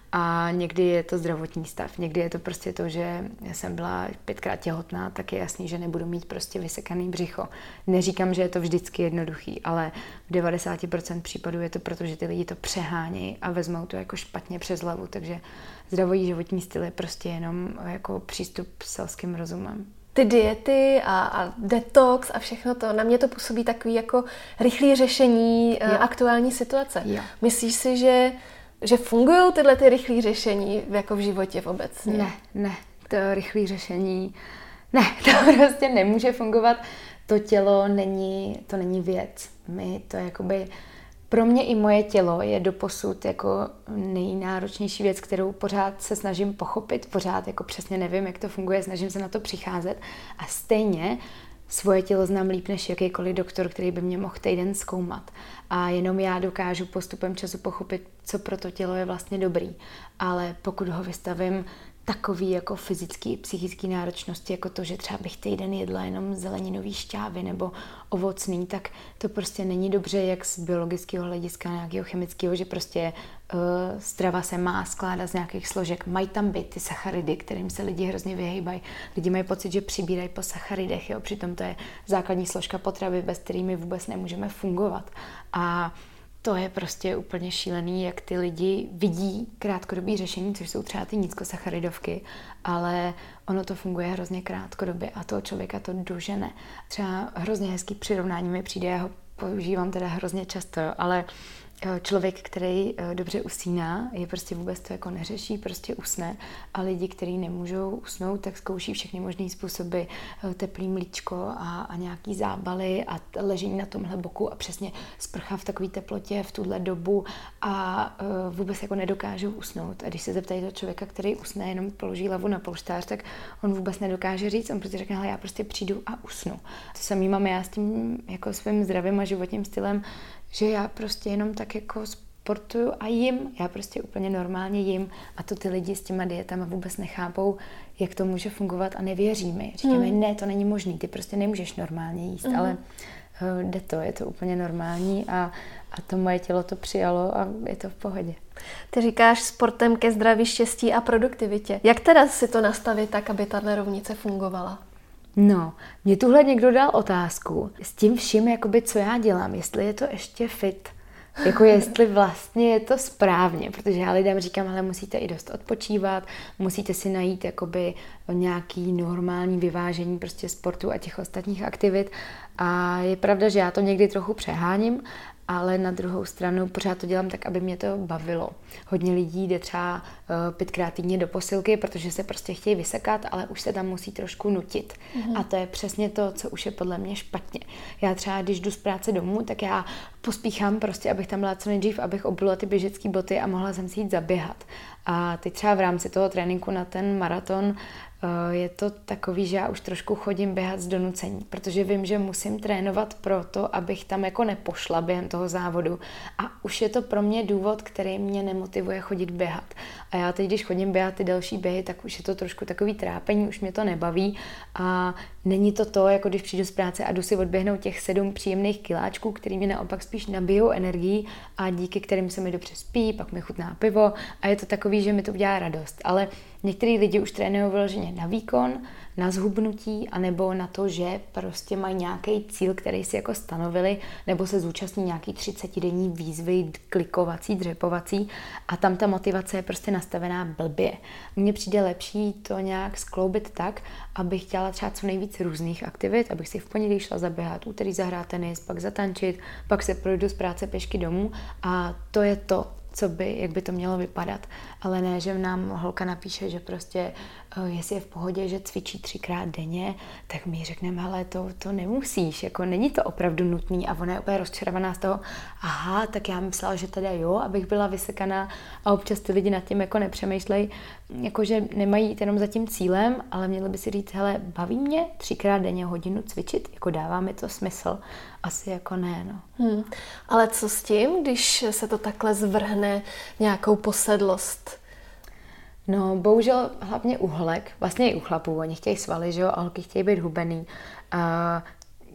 A někdy je to zdravotní stav, někdy je to prostě to, že já jsem byla pětkrát těhotná, tak je jasný, že nebudu mít prostě vysekaný břicho. Neříkám, že je to vždycky jednoduchý, ale v devadesát procent případů je to proto, že ty lidi to přehání a vezmou to jako špatně přes hlavu, takže zdravý životní styl je prostě jenom jako přístup s selským rozumem. Ty diety a, a detox a všechno to, na mě to působí takový jako rychlé řešení jo. aktuální situace. Jo. Myslíš si, že, že fungují tyhle ty rychlé řešení jako v životě v obecně? Ne, ne, to rychlé řešení, ne, to prostě nemůže fungovat. To tělo není, to není věc. My to jakoby... Pro mě i moje tělo je doposud jako nejnáročnější věc, kterou pořád se snažím pochopit, pořád jako přesně nevím, jak to funguje, snažím se na to přicházet a stejně svoje tělo znám líp než jakýkoliv doktor, který by mě mohl týden zkoumat. A jenom já dokážu postupem času pochopit, co pro to tělo je vlastně dobrý. Ale pokud ho vystavím takový jako fyzický, psychický náročnosti, jako to, že třeba bych týden jedla jenom zeleninový šťávy nebo ovocný, tak to prostě není dobře, jak z biologického hlediska, nějakého chemického, že prostě uh, strava se má skládat z nějakých složek. Mají tam být ty sacharidy, kterým se lidi hrozně vyhejbají. Lidi mají pocit, že přibírají po sacharidech, jo? Přitom to je základní složka potravy, bez kterými vůbec nemůžeme fungovat. A to je prostě úplně šílený, jak ty lidi vidí krátkodobý řešení, což jsou třeba ty nízkosacharidovky, ale ono to funguje hrozně krátkodobě a toho člověka to dožene. Třeba hrozně hezký přirovnání mi přijde, já ho používám teda hrozně často, ale člověk, který dobře usíná, je prostě vůbec to jako neřeší, prostě usne a lidi, kteří nemůžou usnout, tak zkouší všechny možný způsoby, teplý mlíčko a, a nějaký zábaly a ležení na tomhle boku a přesně sprcha v takové teplotě v tuhle dobu a uh, vůbec jako nedokážou usnout. A když se zeptají toho člověka, který usne, jenom položí hlavu na polštář, tak on vůbec nedokáže říct, on prostě řekne, hele, já prostě přijdu a usnu. To samý mám já s tím jako svým zdravým a životním stylem, že já prostě jenom tak jako sportuju a jim, já prostě úplně normálně jim a to ty lidi s těma dietama vůbec nechápou, jak to může fungovat a nevěří mi. Říkáme, hmm. ne, to není možný, ty prostě nemůžeš normálně jíst, hmm. ale uh, jde to, je to úplně normální a, a to moje tělo to přijalo a je to v pohodě. Ty říkáš sportem ke zdraví, štěstí a produktivitě. Jak teda si to nastavit tak, aby tahle rovnice fungovala? No, mě tuhle někdo dal otázku s tím vším, jakoby, co já dělám, jestli je to ještě fit, jako jestli vlastně je to správně, protože já lidem říkám, ale musíte i dost odpočívat, musíte si najít jakoby nějaký normální vyvážení prostě sportu a těch ostatních aktivit a je pravda, že já to někdy trochu přeháním, ale na druhou stranu pořád to dělám tak, aby mě to bavilo. Hodně lidí jde třeba uh, pětkrát týdně do posilky, protože se prostě chtějí vysekat, ale už se tam musí trošku nutit. Mm-hmm. A to je přesně to, co už je podle mě špatně. Já třeba, když jdu z práce domů, tak já pospíchám prostě, abych tam byla co nejdřív, abych obula ty běžecké boty a mohla jsem si jít zaběhat. A teď třeba v rámci toho tréninku na ten maraton je to takový, že já už trošku chodím běhat z donucení, protože vím, že musím trénovat proto, abych tam jako nepošla během toho závodu a už je to pro mě důvod, který mě nemotivuje chodit běhat. A já teď, když chodím běhat ty další běhy, tak už je to trošku takový trápení, už mě to nebaví a není to to, jako když přijdu z práce a jdu si odběhnout těch sedm příjemných kiláčků, který mě naopak spíš nabijou energií a díky kterým se mi dobře spí, pak mi chutná pivo a je to takový, že mi to udělá radost. Ale některý lidi už trénují vyloženě na výkon, na zhubnutí, anebo na to, že prostě mají nějaký cíl, který si jako stanovili, nebo se zúčastní nějaký třicetidenní výzvy, klikovací, dřepovací a tam ta motivace je prostě nastavená blbě. Mně přijde lepší to nějak skloubit tak, abych chtěla třeba co nejvíc různých aktivit, abych si v pondělí šla zaběhat, úterý zahrát tenis, pak zatančit, pak se projdu z práce pěšky domů a to je to, co by, jak by to mělo vypadat. Ale ne, že nám holka napíše, že prostě jestli je v pohodě, že cvičí třikrát denně, tak my řekneme, hele, to, to nemusíš, jako není to opravdu nutný a ona je úplně rozčarovaná z toho, aha, tak já myslela, že teda jo, abych byla vysekaná a občas ty lidi nad tím jako nepřemýšlej, jakože nemají jít jenom za tím cílem, ale měli by si říct, hele, baví mě třikrát denně hodinu cvičit, jako dává mi to smysl, asi jako ne, no. Hmm. Ale co s tím, když se to takhle zvrhne nějakou posedlost? No, bohužel hlavně u holek, vlastně i u chlapů, oni chtějí svaly, že jo, a holky chtějí být hubený. A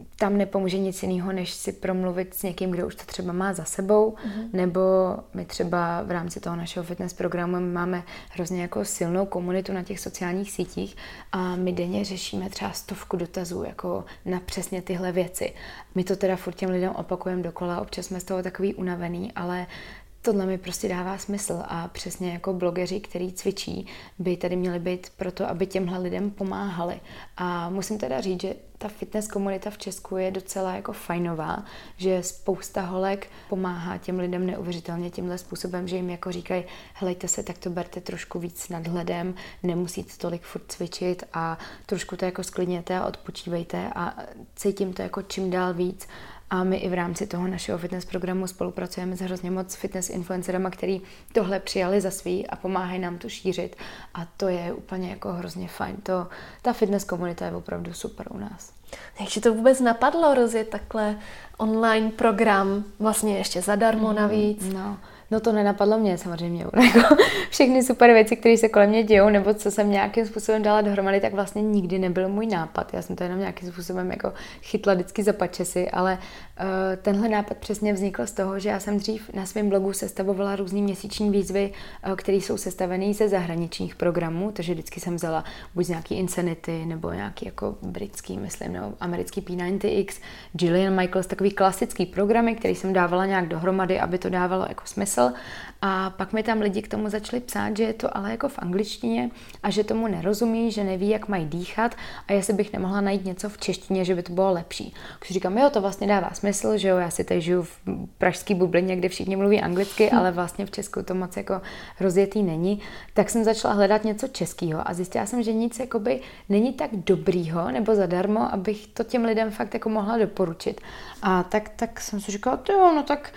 tam nepomůže nic jiného, než si promluvit s někým, kdo už to třeba má za sebou, mm-hmm. nebo my třeba v rámci toho našeho fitness programu máme hrozně jako silnou komunitu na těch sociálních sítích a my denně řešíme třeba stovku dotazů jako na přesně tyhle věci. My to teda furt těm lidem opakujeme dokola, občas jsme z toho takový unavený, ale tohle mi prostě dává smysl a přesně jako blogeři, který cvičí, by tady měli být proto, aby těmhle lidem pomáhali. A musím teda říct, že ta fitness komunita v Česku je docela jako fajnová, že spousta holek pomáhá těm lidem neuvěřitelně tímhle způsobem, že jim jako říkají, helejte se, tak to berte trošku víc nadhledem, nemusíte tolik furt cvičit a trošku to jako sklidněte a odpočívejte a cítím to jako čím dál víc. A my i v rámci toho našeho fitness programu spolupracujeme s hrozně moc fitness influencerama, který tohle přijali za svý a pomáhají nám to šířit. A to je úplně jako hrozně fajn. To, ta fitness komunita je opravdu super u nás. Jak ti to vůbec napadlo rozjet takhle online program, vlastně ještě zadarmo mm, navíc? No. No to nenapadlo mě samozřejmě. Jako všechny super věci, které se kolem mě dějou, nebo co jsem nějakým způsobem dala dohromady, tak vlastně nikdy nebyl můj nápad. Já jsem to jenom nějakým způsobem jako chytla vždycky za pačesy, ale uh, tenhle nápad přesně vznikl z toho, že já jsem dřív na svém blogu sestavovala různý měsíční výzvy, uh, které jsou sestavené ze zahraničních programů, takže vždycky jsem vzala buď nějaký Insanity, nebo nějaký jako britský, myslím, nebo americký P devadesát X, Jillian Michaels, takový klasický programy, který jsem dávala nějak dohromady, aby to dávalo jako smysl. A pak mi tam lidi k tomu začali psát, že je to ale jako v angličtině a že tomu nerozumí, že neví, jak mají dýchat a jestli bych nemohla najít něco v češtině, že by to bylo lepší. Když říkám, jo, to vlastně dává smysl, že jo, já si tady žiju v pražský bublině, kde všichni mluví anglicky, hm. ale vlastně v Česku to moc jako rozjetý není, tak jsem začala hledat něco českého a zjistila jsem, že nic jakoby není tak dobrýho nebo zadarmo, abych to těm lidem fakt jako mohla doporučit. A tak, tak jsem si říkala, jo, no tak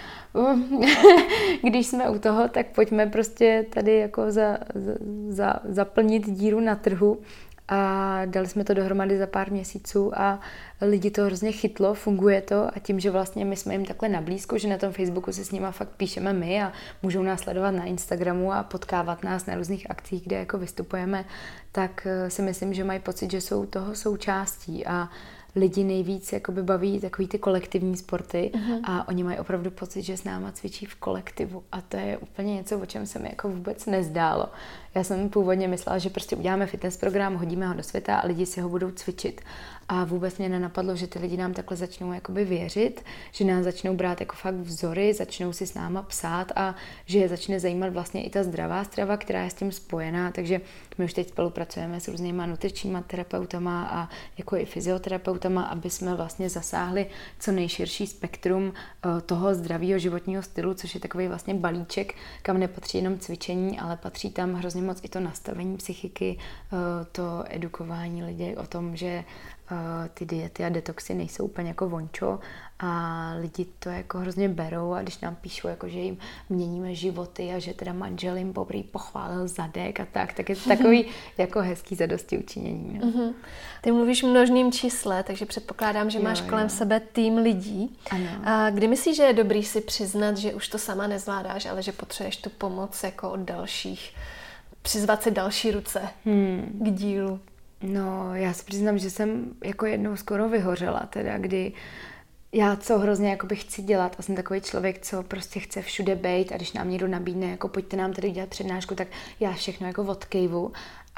když jsme u toho, tak pojďme prostě tady jako za, za, zaplnit díru na trhu a dali jsme to dohromady za pár měsíců a lidi to hrozně chytlo, funguje to a tím, že vlastně my jsme jim takhle nablízko, že na tom Facebooku se s nima fakt píšeme my a můžou nás sledovat na Instagramu a potkávat nás na různých akcích, kde jako vystupujeme, tak si myslím, že mají pocit, že jsou toho součástí a lidi nejvíc jakoby baví takový ty kolektivní sporty uh-huh. a oni mají opravdu pocit, že s náma cvičí v kolektivu a to je úplně něco, o čem se mi jako vůbec nezdálo. Já jsem původně myslela, že prostě uděláme fitness program, hodíme ho do světa a lidi si ho budou cvičit. A vůbec mě nenapadlo, že ty lidi nám takhle začnou jakoby věřit, že nás začnou brát jako fakt vzory, začnou si s náma psát a že je začne zajímat vlastně i ta zdravá strava, která je s tím spojená. Takže my už teď spolupracujeme s různýma nutričníma terapeutama a jako i fyzioterapeutama, aby jsme vlastně zasáhli co nejširší spektrum toho zdravého životního stylu, což je takový vlastně balíček, kam nepatří jenom cvičení, ale patří tam hrozně moc i to nastavení psychiky, to edukování lidí o tom, že ty diety a detoxy nejsou úplně jako vončo a lidi to jako hrozně berou a když nám píšou, jako, že jim měníme životy a že teda manžel jim poprý pochválil zadek a tak, tak je to takový jako hezký zadostiučinění. No. Mm-hmm. Ty mluvíš množným čísle, takže předpokládám, že jo, máš kolem jo. sebe tým lidí. Ano. A kdy myslíš, že je dobrý si přiznat, že už to sama nezvládáš, ale že potřebuješ tu pomoc jako od dalších, přizvat si další ruce hmm. k dílu? No, já si přiznám, že jsem jako jednou skoro vyhořela, teda, kdy já co hrozně jakoby chci dělat a jsem takový člověk, co prostě chce všude bejt a když nám někdo nabídne, jako pojďte nám tady dělat přednášku, tak já všechno jako odkejvu.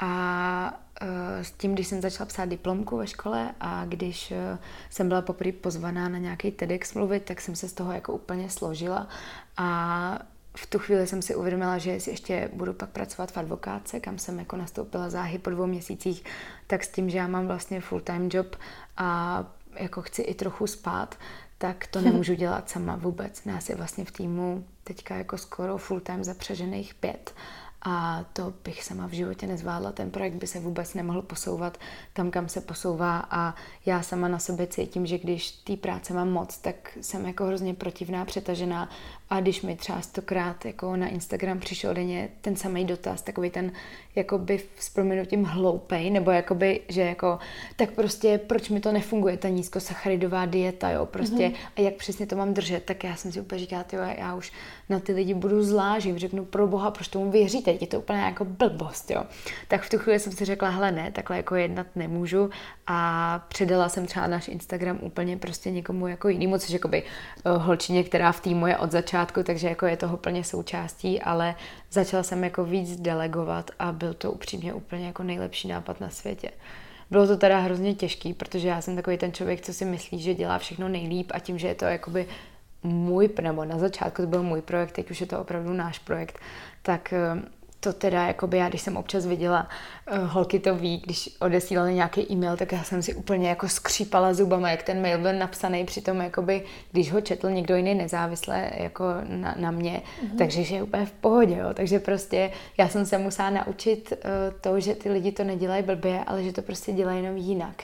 A uh, s tím, když jsem začala psát diplomku ve škole a když uh, jsem byla poprvé pozvaná na nějaký TEDx mluvit, tak jsem se z toho jako úplně složila a v tu chvíli jsem si uvědomila, že si ještě budu pak pracovat v advokátce, kam jsem jako nastoupila záhy po dvou měsících, tak s tím, že já mám vlastně full-time job a jako chci i trochu spát, tak to nemůžu dělat sama vůbec. Nás je vlastně v týmu teďka jako skoro full-time zapřažených pět. A to bych sama v životě nezvládla. Ten projekt by se vůbec nemohl posouvat tam, kam se posouvá a já sama na sobě cítím, že když té práce mám moc, tak jsem jako hrozně protivná, přetažená a když mi třeba stokrát jako na Instagram přišel denně ten samý dotaz, takový ten jakoby s prominutím hloupej, nebo jakoby, že jako tak prostě proč mi to nefunguje, ta nízkosacharidová dieta, jo, prostě mm-hmm. a jak přesně to mám držet, tak já jsem si úplně říkala, jo, já už na ty lidi budu zlá, že jim řeknu pro boha, proč tomu věříte, teď je to úplně jako blbost, jo. Tak v tu chvíli jsem si řekla, hele ne, takhle jako jednat nemůžu a předala jsem třeba náš Instagram úplně prostě někomu jako jinému, což jakoby holčině, která v týmu je od začátku, takže jako je toho plně součástí, ale začala jsem jako víc delegovat a byl to upřímně úplně jako nejlepší nápad na světě. Bylo to teda hrozně těžký, protože já jsem takový ten člověk, co si myslí, že dělá všechno nejlíp a tím, že je to jakoby můj, nebo na začátku to byl můj projekt, teď už je to opravdu náš projekt, tak to teda, jakoby já, když jsem občas viděla, uh, holky to ví, když odesílali nějaký e-mail, tak já jsem si úplně jako skřípala zubama, jak ten mail byl napsaný, přitom jakoby, když ho četl někdo jiný nezávisle jako na, na mě, mm-hmm. takže že je úplně v pohodě, jo. Takže prostě já jsem se musela naučit uh, to, že ty lidi to nedělají blbě, ale že to prostě dělají jenom jinak.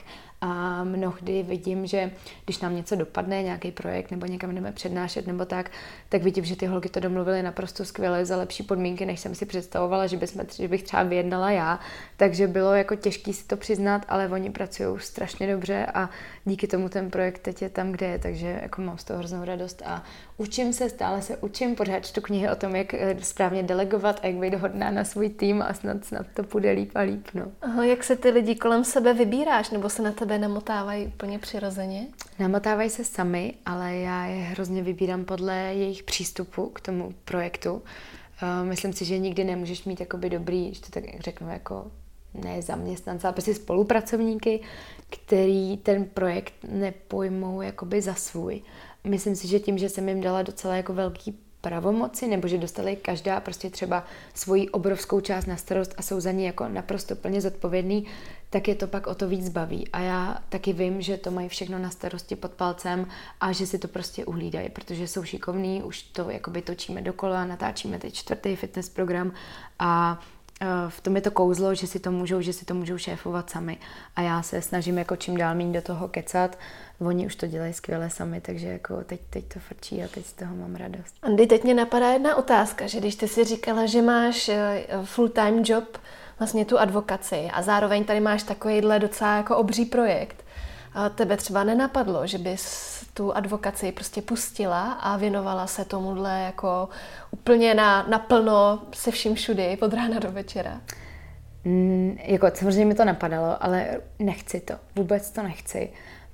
A mnohdy vidím, že když nám něco dopadne, nějaký projekt nebo někam jdeme přednášet nebo tak, tak vidím, že ty holky to domluvily naprosto skvěle za lepší podmínky, než jsem si představovala, že, bychom, že bych třeba vyjednala já. Takže bylo jako těžké si to přiznat, ale oni pracují strašně dobře a díky tomu ten projekt teď je tam, kde je, takže jako mám z toho hroznou radost a učím se, stále se učím, pořád čtu knihy o tom, jak správně delegovat a jak být hodná na svůj tým a snad, snad to půjde líp a líp. No. Aha, jak se ty lidi kolem sebe vybíráš, nebo se na tebe namotávají úplně přirozeně? Namotávají se sami, ale já je hrozně vybírám podle jejich přístupu k tomu projektu. Uh, myslím si, že nikdy nemůžeš mít jakoby dobrý, že to tak řeknu, jako ne zaměstnance, ale prostě spolupracovníky, který ten projekt nepojmou jakoby za svůj. Myslím si, že tím, že jsem jim dala docela jako velký pravomoci, nebo že dostali každá prostě třeba svoji obrovskou část na starost a jsou za ní jako naprosto plně zodpovědný, tak je to pak o to víc baví. A já taky vím, že to mají všechno na starosti pod palcem a že si to prostě uhlídají, protože jsou šikovní, už to jakoby točíme dokola, natáčíme teď čtvrtý fitness program a v tom je to kouzlo, že si to můžou, že si to můžou šéfovat sami. A já se snažím jako čím dál méně do toho kecat. Oni už to dělají skvěle sami, takže jako teď, teď to frčí a teď z toho mám radost. Andy, teď mě napadá jedna otázka, že když ty si říkala, že máš full-time job, vlastně tu advokaci a zároveň tady máš takovýhle docela jako obří projekt, a tebe třeba nenapadlo, že bys tu advokaci prostě pustila a věnovala se tomuhle jako úplně na, naplno se vším všudy, od rána do večera? Mm, jako samozřejmě mi to napadalo, ale nechci to. Vůbec to nechci,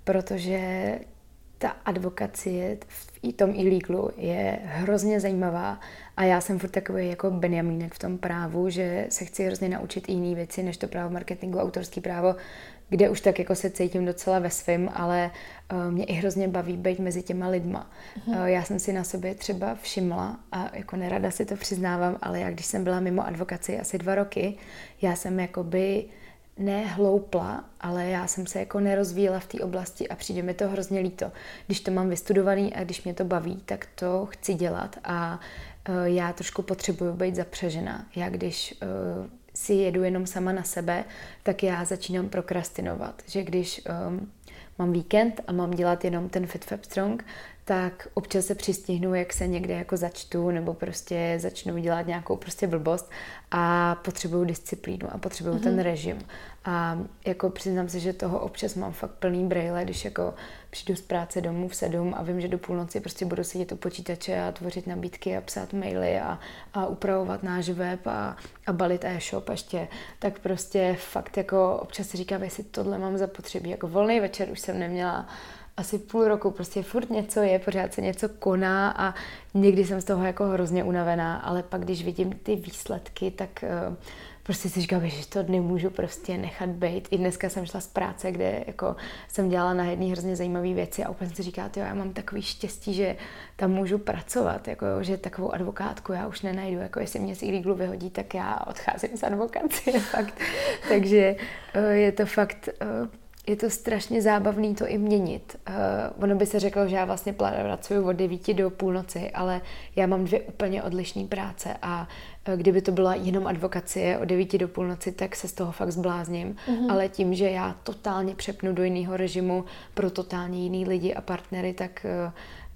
protože ta advokacie v tom e-legalu je hrozně zajímavá a já jsem furt takový jako Benjamínek v tom právu, že se chci hrozně naučit i jiné věci, než to právo marketingu, autorský právo, kde už tak jako se cítím docela ve svým, ale uh, mě i hrozně baví být mezi těma lidma. Mhm. Uh, já jsem si na sobě třeba všimla, a jako nerada si to přiznávám, ale já když jsem byla mimo advokaci asi dva roky, já jsem jakoby nehloupla, ale já jsem se jako nerozvíjela v té oblasti a přijde mi to hrozně líto. Když to mám vystudovaný a když mě to baví, tak to chci dělat a uh, já trošku potřebuju být zapřežená. Já když uh, si jedu jenom sama na sebe, tak já začínám prokrastinovat. Že když um, mám víkend a mám dělat jenom ten Fit Fab Strong, tak občas se přistihnu, jak se někde jako začtu nebo prostě začnu dělat nějakou prostě blbost a potřebuju disciplínu a potřebuju mm-hmm. ten režim. A jako přiznám se, že toho občas mám fakt plný brejle, když jako přijdu z práce domů v sedm a vím, že do půlnoci prostě budu sedět u počítače a tvořit nabídky a psát maily a, a upravovat náš web a, a balit e-shop ještě, tak prostě fakt jako občas si říkám, jestli tohle mám zapotřebí. Jako volný večer už jsem neměla asi půl roku, prostě furt něco je, pořád se něco koná a někdy jsem z toho jako hrozně unavená, ale pak když vidím ty výsledky, tak uh, prostě si říkám, že to nemůžu prostě nechat bejt. I dneska jsem šla z práce, kde jako jsem dělala na jedné hrozně zajímavé věci a úplně jsem si říkala, jo, já mám takový štěstí, že tam můžu pracovat, jako, že takovou advokátku já už nenajdu, jako jestli mě z e-legalu vyhodí, tak já odcházím z advokacie, fakt. Takže uh, je to fakt... Uh, Je to strašně zábavný to i měnit. Uh, ono by se řeklo, že já vlastně pracuji od devíti do půlnoci, ale já mám dvě úplně odlišné práce a uh, kdyby to byla jenom advokacie od devíti do půlnoci, tak se z toho fakt zblázním. Mm-hmm. Ale tím, že já totálně přepnu do jiného režimu pro totálně jiný lidi a partnery, tak uh,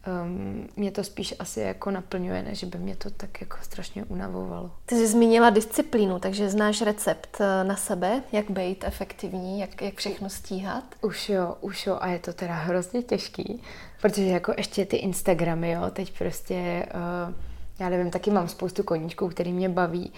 Um, mě to spíš asi jako naplňuje, než by mě to tak jako strašně unavovalo. Ty jsi zmínila disciplínu, takže znáš recept na sebe, jak být efektivní, jak, jak všechno stíhat? Už jo, už jo a je to teda hrozně těžký, protože jako ještě ty Instagramy, jo, teď prostě, uh, já nevím, taky mám spoustu koníčků, který mě baví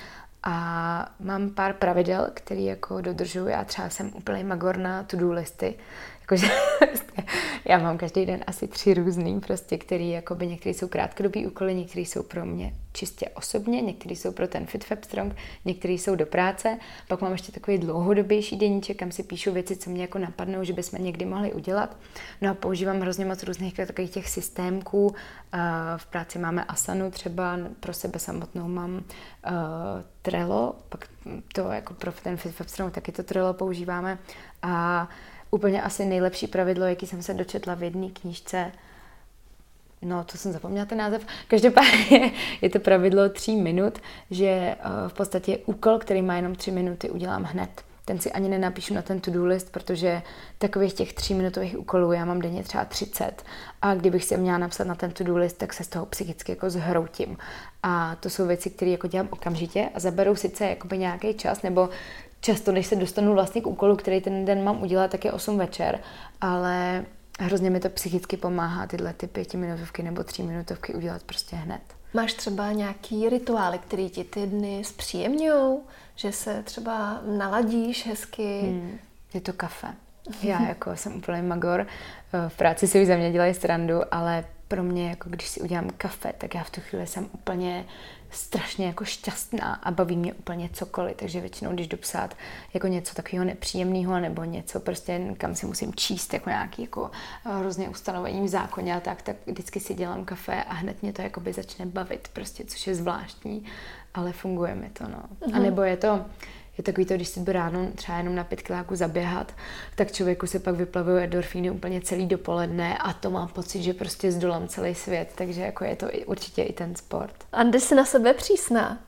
A mám pár pravidel, které jako dodržuju. Já třeba jsem úplný magor na to-do listy. Jakože já mám každý den asi tři různý, prostě, který jakoby některý jsou krátkodobý úkoly, některý jsou pro mě čistě osobně, některý jsou pro ten Fit Fab Strong, některý jsou do práce. Pak mám ještě takový dlouhodobější deníček, kam si píšu věci, co mě jako napadnou, že bychom někdy mohli udělat. No a používám hrozně moc různých takových těch systémků. V práci máme Asanu třeba, pro sebe samotnou mám uh, Trello, pak to jako pro ten Fit Fab Strong taky to Trello používáme. A úplně asi nejlepší pravidlo, jaký jsem se dočetla v jedné knížce, no to jsem zapomněla ten název, každopádně je to pravidlo tří minut, že v podstatě úkol, který má jenom tři minuty, udělám hned. Ten si ani nenapíšu na ten to-do list, protože takových těch tříminutových úkolů já mám denně třeba třicet. A kdybych si měla napsat na ten to-do list, tak se z toho psychicky jako zhroutím. A to jsou věci, které jako dělám okamžitě a zaberou sice jakoby nějaký čas, nebo často, než se dostanu vlastně k úkolu, který ten den mám udělat, tak je osm večer, ale hrozně mi to psychicky pomáhá tyhle ty pětiminutovky nebo tříminutovky udělat prostě hned. Máš třeba nějaký rituály, který ti ty dny zpříjemňujou? Že se třeba naladíš hezky? Hmm, je to kafe. Já jako jsem úplný magor. V práci si už ze mě dělají srandu, ale pro mě, jako když si udělám kafe, tak já v tu chvíli jsem úplně strašně jako šťastná a baví mě úplně cokoliv. Takže většinou, když jdu psát jako něco takového nepříjemného nebo něco prostě, kam si musím číst jako nějaký jako různé ustanovení v zákoně a tak, tak vždycky si dělám kafe a hned mě to jakoby začne bavit prostě, což je zvláštní, ale funguje mi to, no. Mm-hmm. A nebo je to Je takový to, když si jdu ráno třeba jenom na pět kiláků zaběhat, tak člověku se pak vyplavují endorfíny úplně celý dopoledne a to mám pocit, že prostě zdolám celý svět, takže jako je to určitě i ten sport. Andy, jsi na sebe přísná?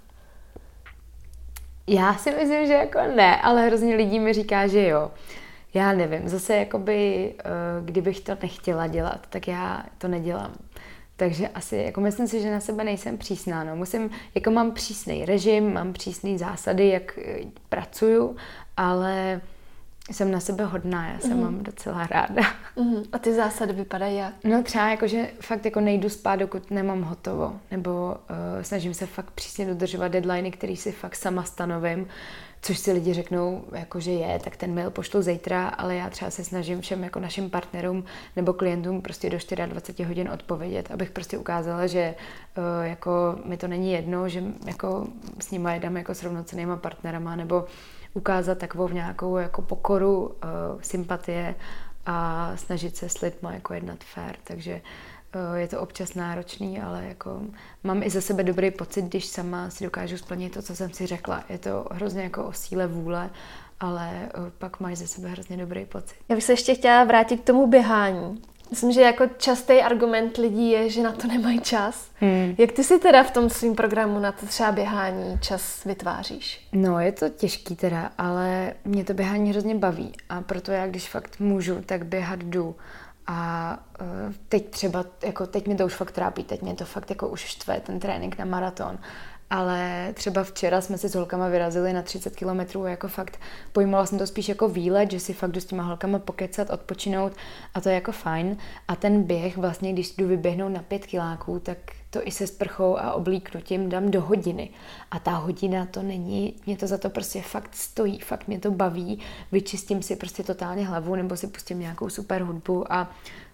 Já si myslím, že jako ne, ale hrozně lidí mi říká, že jo. Já nevím, zase jakoby, kdybych to nechtěla dělat, tak já to nedělám. Takže asi, jako myslím si, že na sebe nejsem přísná, no. Musím, jako mám přísný režim, mám přísný zásady, jak pracuju, ale jsem na sebe hodná, já se mm. mám docela ráda. Mm. A ty zásady vypadají jak? No třeba jako, že fakt jako nejdu spát, dokud nemám hotovo, nebo uh, snažím se fakt přísně dodržovat deadliny, který si fakt sama stanovím, což si lidi řeknou, jako že je, tak ten mail pošlu zítra, ale já třeba se snažím všem jako našim partnerům nebo klientům prostě do dvacet čtyři hodin odpovědět, abych prostě ukázala, že uh, jako mi to není jedno, že jako s nima jedám jako s rovnocennýma partnerama, nebo ukázat takovou nějakou jako pokoru, uh, sympatie a snažit se s lidma jako jednat fair, takže je to občas náročný, ale jako mám i za sebe dobrý pocit, když sama si dokážu splnit to, co jsem si řekla. Je to hrozně jako o síle vůle, ale pak máš za sebe hrozně dobrý pocit. Já bych se ještě chtěla vrátit k tomu běhání. Myslím, že jako častý argument lidí je, že na to nemají čas. Hmm. Jak ty si teda v tom svým programu na to třeba běhání čas vytváříš? No, je to těžký teda, ale mě to běhání hrozně baví a proto já, když fakt můžu, tak běhat jdu. A uh, teď třeba, jako teď mě to už fakt trápí, teď mě to fakt jako už štve, ten trénink na maraton. Ale třeba včera jsme si s holkama vyrazili na třicet kilometrů a jako fakt pojmovala jsem to spíš jako výlet, že si fakt jdu s těma holkama pokecat, odpočinout a to je jako fajn. A ten běh vlastně, když jdu vyběhnout na pět kiláků, tak to i se sprchou a oblíknutím dám do hodiny. A ta hodina to není, mě to za to prostě fakt stojí, fakt mě to baví, vyčistím si prostě totálně hlavu nebo si pustím nějakou super hudbu a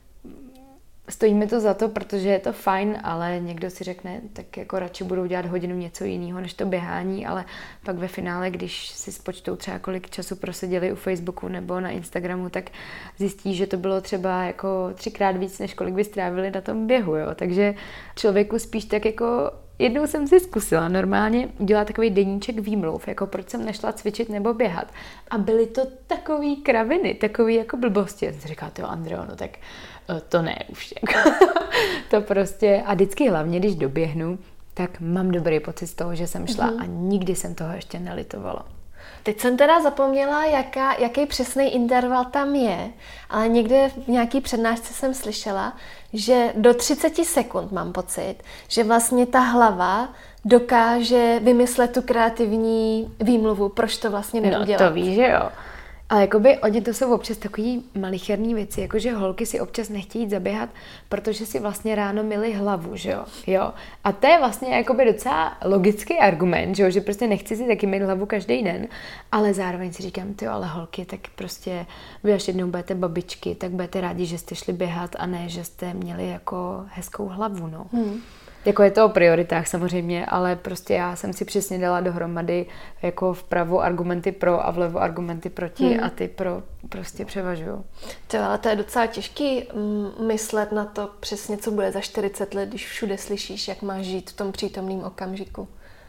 stojí mi to za to, protože je to fajn, ale někdo si řekne, tak jako radši budou dělat hodinu něco jiného než to běhání, ale pak ve finále, když si spočtou třeba kolik času proseděli u Facebooku nebo na Instagramu, tak zjistí, že to bylo třeba jako třikrát víc, než kolik by strávili na tom běhu, jo. Takže člověku spíš tak jako jednou jsem si zkusila normálně udělat takový deníček výmluv, jako proč jsem nešla cvičit nebo běhat. A byly to takový kraviny, takový jako blbosti. Já jsem si říkala, jo, Andreo, no tak to ne už. To prostě, a vždycky hlavně, když doběhnu, tak mám dobrý pocit z toho, že jsem šla mm. a nikdy jsem toho ještě nelitovala. Teď jsem teda zapomněla, jaká, jaký přesný interval tam je, ale někde v nějaký přednášce jsem slyšela, že do třicet sekund mám pocit, že vlastně ta hlava dokáže vymyslet tu kreativní výmluvu, proč to vlastně neudělat. No to víš, že jo. Ale jakoby oni to jsou občas takový malicherný věci, jakože holky si občas nechtějí jít zaběhat, protože si vlastně ráno myli hlavu, že jo? jo. A to je vlastně jakoby docela logický argument, že jo? Že prostě nechci si taky myt hlavu každý den, ale zároveň si říkám, ty ale holky, tak prostě vy až jednou budete babičky, tak budete rádi, že jste šli běhat a ne, že jste měli jako hezkou hlavu, no. Hmm. Jako je to o prioritách samozřejmě, ale prostě já jsem si přesně dala dohromady jako vpravo argumenty pro a vlevo argumenty proti hmm. a ty pro prostě převažují. To, ale to je docela těžký myslet na to přesně, co bude za čtyřicet let, když všude slyšíš, jak máš žít v tom přítomném okamžiku.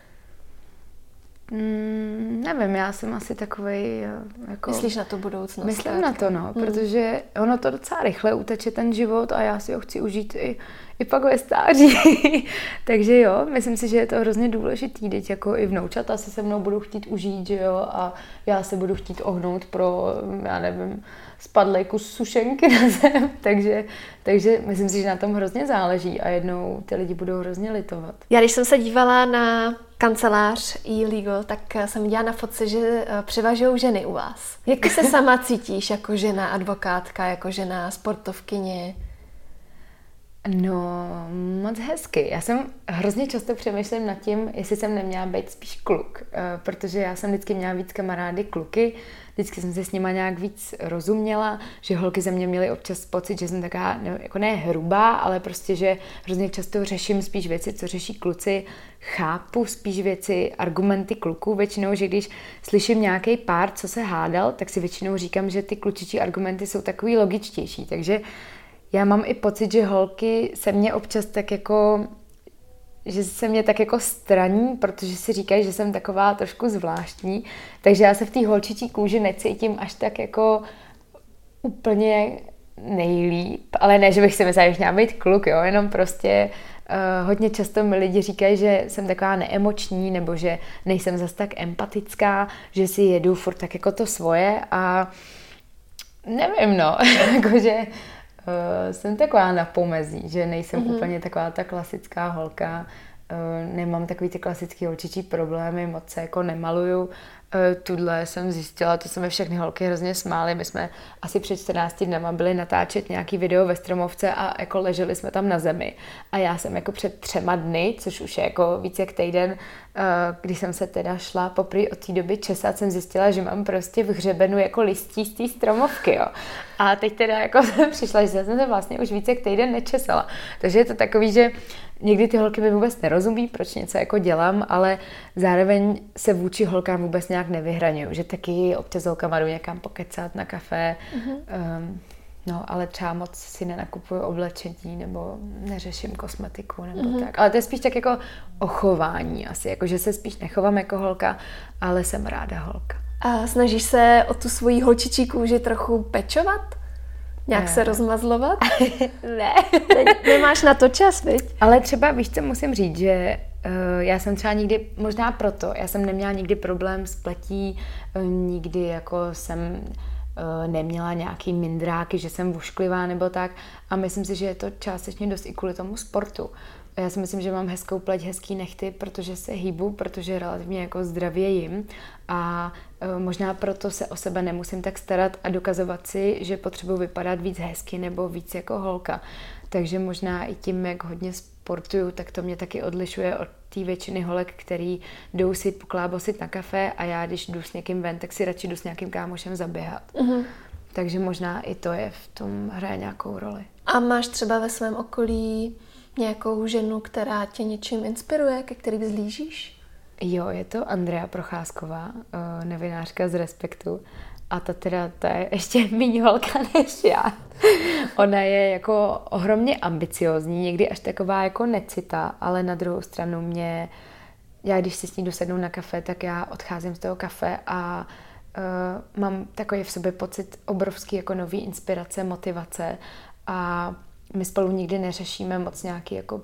Mm, nevím, já jsem asi takovej jako... Myslíš na tu budoucnost? Myslím tak? na to, no, hmm. protože ono to docela rychle uteče ten život a já si ho chci užít i, i pak ve stáří. Takže jo, myslím si, že je to hrozně důležitý, teď jako i vnoučata se se mnou budou chtít užít, že jo, a já se budu chtít ohnout pro, já nevím, spadlej kus sušenky na zem, takže, takže myslím si, že na tom hrozně záleží a jednou ty lidi budou hrozně litovat. Já když jsem se dívala na kancelář e-legal, tak jsem viděla na fotce, že převažují ženy u vás. Jak ty se sama cítíš jako žena advokátka, jako žena sportovkyně? No, moc hezky. Já jsem hrozně často přemýšlím nad tím, jestli jsem neměla být spíš kluk, protože já jsem vždycky měla víc kamarády kluky, vždycky jsem se s nima nějak víc rozuměla, že holky ze mě měly občas pocit, že jsem taková, ne, jako ne hrubá, ale prostě, že hrozně často řeším spíš věci, co řeší kluci, chápu spíš věci, argumenty kluků většinou, že když slyším nějaký pár, co se hádal, tak si většinou říkám, že ty klučičí argumenty jsou takový logičtější, takže já mám i pocit, že holky se mě občas tak jako, že se mě tak jako straní, protože si říkají, že jsem taková trošku zvláštní, takže já se v té holčičí kůži necítím až tak jako úplně nejlíp, ale ne, že bych si myslela, že měla být kluk, jo, jenom prostě uh, hodně často mi lidi říkají, že jsem taková neemoční, nebo že nejsem zas tak empatická, že si jedu furt tak jako to svoje a nevím, no, jakože Uh, jsem taková na pomezí, že nejsem mm-hmm. úplně taková ta klasická holka, uh, nemám takový ty klasický holčičí problémy, moc se jako nemaluju. Uh, tudle jsem zjistila, to se mi všechny holky hrozně smály, my jsme asi před čtrnácti dnama byli natáčet nějaký video ve Stromovce a jako leželi jsme tam na zemi. A já jsem jako před třema dny, což už je jako víc jak týden, uh, když jsem se teda šla poprvé od té doby česat, jsem zjistila, že mám prostě v hřebenu jako listí z té stromovky, jo. A teď teda jako jsem přišla, že jsem se vlastně už víc jak týden nečesala. Takže je to takový, že někdy ty holky mi vůbec nerozumí, proč něco jako dělám, ale zároveň se vůči holkám vůbec nějak nevyhraňuju, že taky občas holkama jdu někam pokecat na kafe, mm-hmm. um, no ale třeba moc si nenakupuju oblečení nebo neřeším kosmetiku nebo mm-hmm. tak. Ale to je spíš tak jako o chování asi, jako že se spíš nechovám jako holka, ale jsem ráda holka. A snažíš se o tu svoji holčičí kůži trochu pečovat? Nějak ne. se rozmazlovat? Ne. Nemáš na to čas, viď? Ale třeba, víš, co musím říct, že uh, já jsem třeba nikdy, možná proto, já jsem neměla nikdy problém s pletí, uh, nikdy jako jsem uh, neměla nějaký mindráky, že jsem vošklivá nebo tak a myslím si, že je to částečně dost i kvůli tomu sportu. Já si myslím, že mám hezkou pleť, hezký nehty, protože se hýbu, protože relativně jako zdravě jim a e, možná proto se o sebe nemusím tak starat a dokazovat si, že potřebuji vypadat víc hezky nebo víc jako holka. Takže možná i tím, jak hodně sportuju, tak to mě taky odlišuje od té většiny holek, který jdou si poklábosit na kafe a já, když jdu s někým ven, tak si radši jdu s nějakým kámošem zaběhat. Mm-hmm. Takže možná i to je v tom hraje nějakou roli. A máš třeba ve svém okolí nějakou ženu, která tě něčím inspiruje, ke který vzlížíš? Jo, je to Andrea Procházková, novinářka z Respektu. A ta teda, ta je ještě méně holka než já. Ona je jako ohromně ambiciózní, někdy až taková jako necita, ale na druhou stranu mě, já když si s ní dosednu na kafe, tak já odcházím z toho kafe a uh, mám takový v sobě pocit obrovský jako nový inspirace, motivace a my spolu nikdy neřešíme moc nějaký jako uh,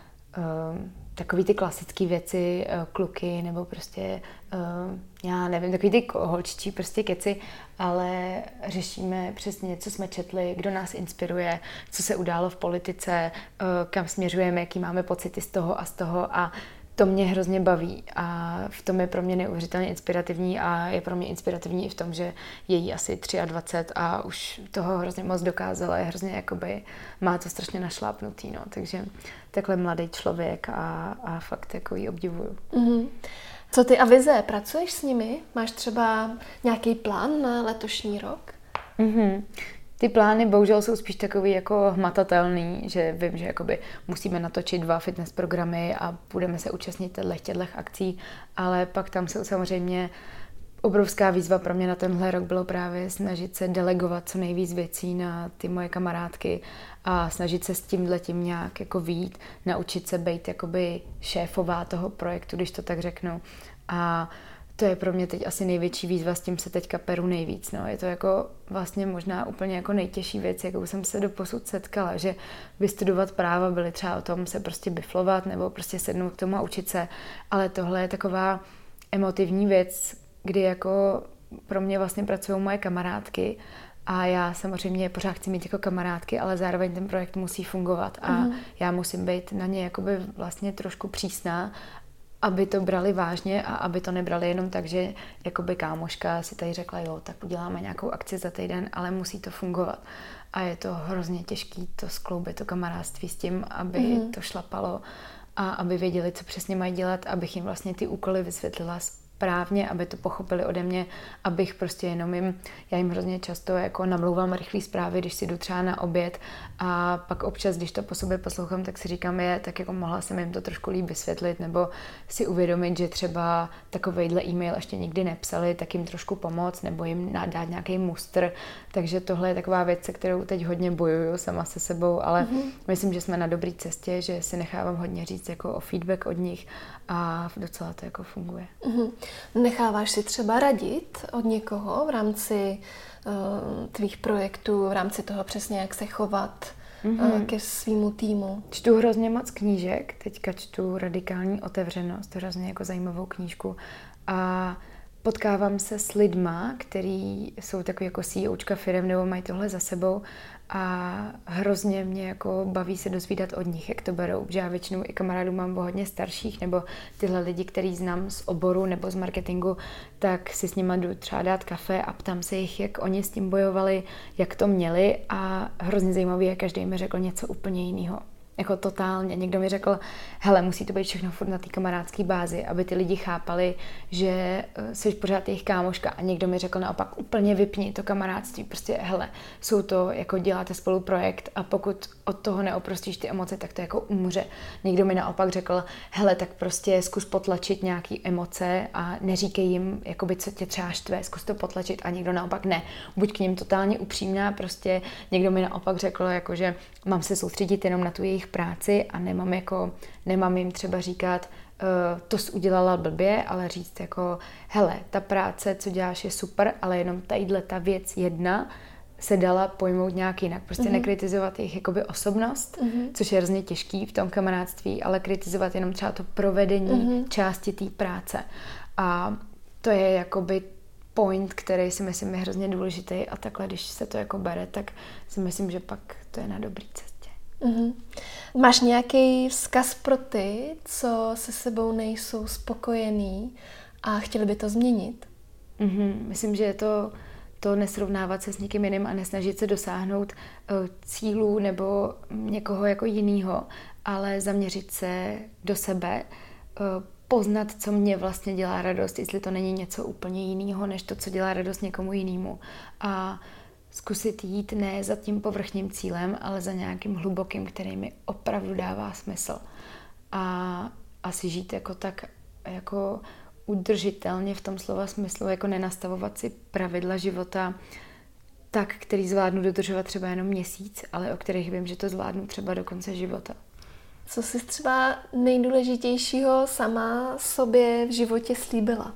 takový ty klasické věci, uh, kluky nebo prostě, uh, já nevím, takový ty holčičí prostě keci, ale řešíme přesně, co jsme četli, kdo nás inspiruje, co se událo v politice, uh, kam směřujeme, jaký máme pocity z toho a z toho a to mě hrozně baví a v tom je pro mě neuvěřitelně inspirativní a je pro mě inspirativní i v tom, že je jí asi dvacet tři a už toho hrozně moc dokázala, je hrozně jakoby, má to strašně našlápnutý, no, takže takhle mladý člověk a, a fakt jako jí obdivuju. Mm-hmm. Co ty a vize? Pracuješ s nimi? Máš třeba nějaký plán na letošní rok? Mm-hmm. Ty plány bohužel jsou spíš takový jako hmatatelný, že vím, že jakoby musíme natočit dva fitness programy a budeme se účastnit těchto akcí, ale pak tam jsou samozřejmě obrovská výzva pro mě na tenhle rok bylo právě snažit se delegovat co nejvíc věcí na ty moje kamarádky a snažit se s tímhletím nějak jako vyjít, naučit se být jakoby šéfová toho projektu, když to tak řeknu. A to je pro mě teď asi největší výzva, s tím se teďka peru nejvíc. No. Je to jako vlastně možná úplně jako nejtěžší věc, jakou jsem se doposud setkala, že vystudovat práva byly třeba o tom se prostě biflovat nebo prostě sednout k tomu a učit se, ale tohle je taková emotivní věc, kdy jako pro mě vlastně pracují moje kamarádky a já samozřejmě pořád chci mít jako kamarádky, ale zároveň ten projekt musí fungovat a mm. já musím být na ně jakoby vlastně trošku přísná, aby to brali vážně a aby to nebrali jenom tak, že jakoby kámoška si tady řekla, jo, tak uděláme nějakou akci za týden, ale musí to fungovat. A je to hrozně těžký to skloubit, to kamarádství s tím, aby mm. to šlapalo a aby věděli, co přesně mají dělat, abych jim vlastně ty úkoly vysvětlila správně, aby to pochopili ode mě, abych prostě jenom jim, já jim hrozně často jako namlouvám rychlý zprávy, když si jdu třeba na oběd a pak občas, když to po sobě poslouchám, tak si říkám, je, tak jako mohla jsem jim to trošku líp vysvětlit, nebo si uvědomit, že třeba takovejhle e-mail ještě nikdy nepsali, tak jim trošku pomoct, nebo jim dát nějaký mustr, takže tohle je taková věc, se kterou teď hodně bojuju sama se sebou, ale mm-hmm. myslím, že jsme na dobré cestě, že si nechávám hodně říct jako o feedback od nich a docela to jako funguje. Mm-hmm. Necháváš si třeba radit od někoho v rámci uh, tvých projektů, v rámci toho přesně, jak se chovat mm-hmm. uh, ke svýmu týmu? Čtu hrozně moc knížek, teďka čtu Radikální otevřenost, hrozně jako zajímavou knížku a potkávám se s lidma, který jsou takový jako CEOčka firem nebo mají tohle za sebou a hrozně mě jako baví se dozvídat od nich, jak to berou, že já většinou i kamarádů mám o hodně starších nebo tyhle lidi, který znám z oboru nebo z marketingu, tak si s nima jdu třeba dát kafe a ptám se jich, jak oni s tím bojovali, jak to měli a hrozně zajímavý je, každý mi řekl něco úplně jiného. Jako totálně. Někdo mi řekl, hele, musí to být všechno furt na té kamarádské bázi, aby ty lidi chápali, že jsi pořád jejich kámoška a někdo mi řekl naopak, úplně vypni to kamarádství, prostě hele, jsou to, jako děláte spolu projekt a pokud od toho neoprostíš ty emoce, tak to jako umře. Někdo mi naopak řekl, hele, tak prostě zkus potlačit nějaký emoce a neříkej jim, jakoby, co tě třeba štve, zkus to potlačit a někdo naopak ne. Buď k nim totálně upřímná, prostě někdo mi naopak řekl, jako, že mám se soustředit jenom na tu jejich práci a nemám, jako, nemám jim třeba říkat, uh, to jsi udělala blbě, ale říct jako, hele, ta práce, co děláš, je super, ale jenom tadyhle ta věc jedna se dala pojmout nějak jinak. Prostě mm-hmm. nekritizovat jejich jakoby osobnost, mm-hmm. což je hrozně těžký v tom kamarádství, ale kritizovat jenom třeba to provedení mm-hmm. části té práce. A to je jakoby point, který si myslím je hrozně důležitý a takhle, když se to jako bere, tak si myslím, že pak to je na dobrý cestě. Mm-hmm. Máš nějaký vzkaz pro ty, co se sebou nejsou spokojení a chtěli by to změnit? Mm-hmm. Myslím, že je to to nesrovnávat se s někým jiným a nesnažit se dosáhnout uh, cílů nebo někoho jako jinýho, ale zaměřit se do sebe, uh, poznat, co mě vlastně dělá radost, jestli to není něco úplně jiného, než to, co dělá radost někomu jinému. A zkusit jít ne za tím povrchním cílem, ale za nějakým hlubokým, který mi opravdu dává smysl. A asi žít jako tak jako udržitelně v tom slova smyslu, jako nenastavovat si pravidla života tak, který zvládnu dodržovat třeba jenom měsíc, ale o kterých vím, že to zvládnu třeba do konce života. Co jsi třeba nejdůležitějšího sama sobě v životě slíbila?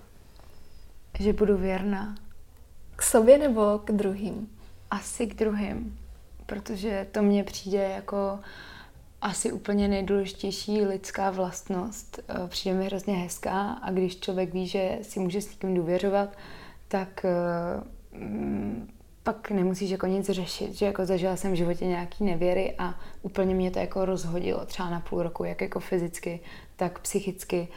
Že budu věrná. K sobě nebo k druhým? Asi k druhým, protože to mně přijde jako asi úplně nejdůležitější lidská vlastnost. Přijde mi hrozně hezká a když člověk ví, že si může s někým důvěřovat, tak pak nemusíš jako nic řešit, že jako zažila jsem v životě nějaký nevěry a úplně mě to jako rozhodilo třeba na půl roku, jak jako fyzicky, tak psychicky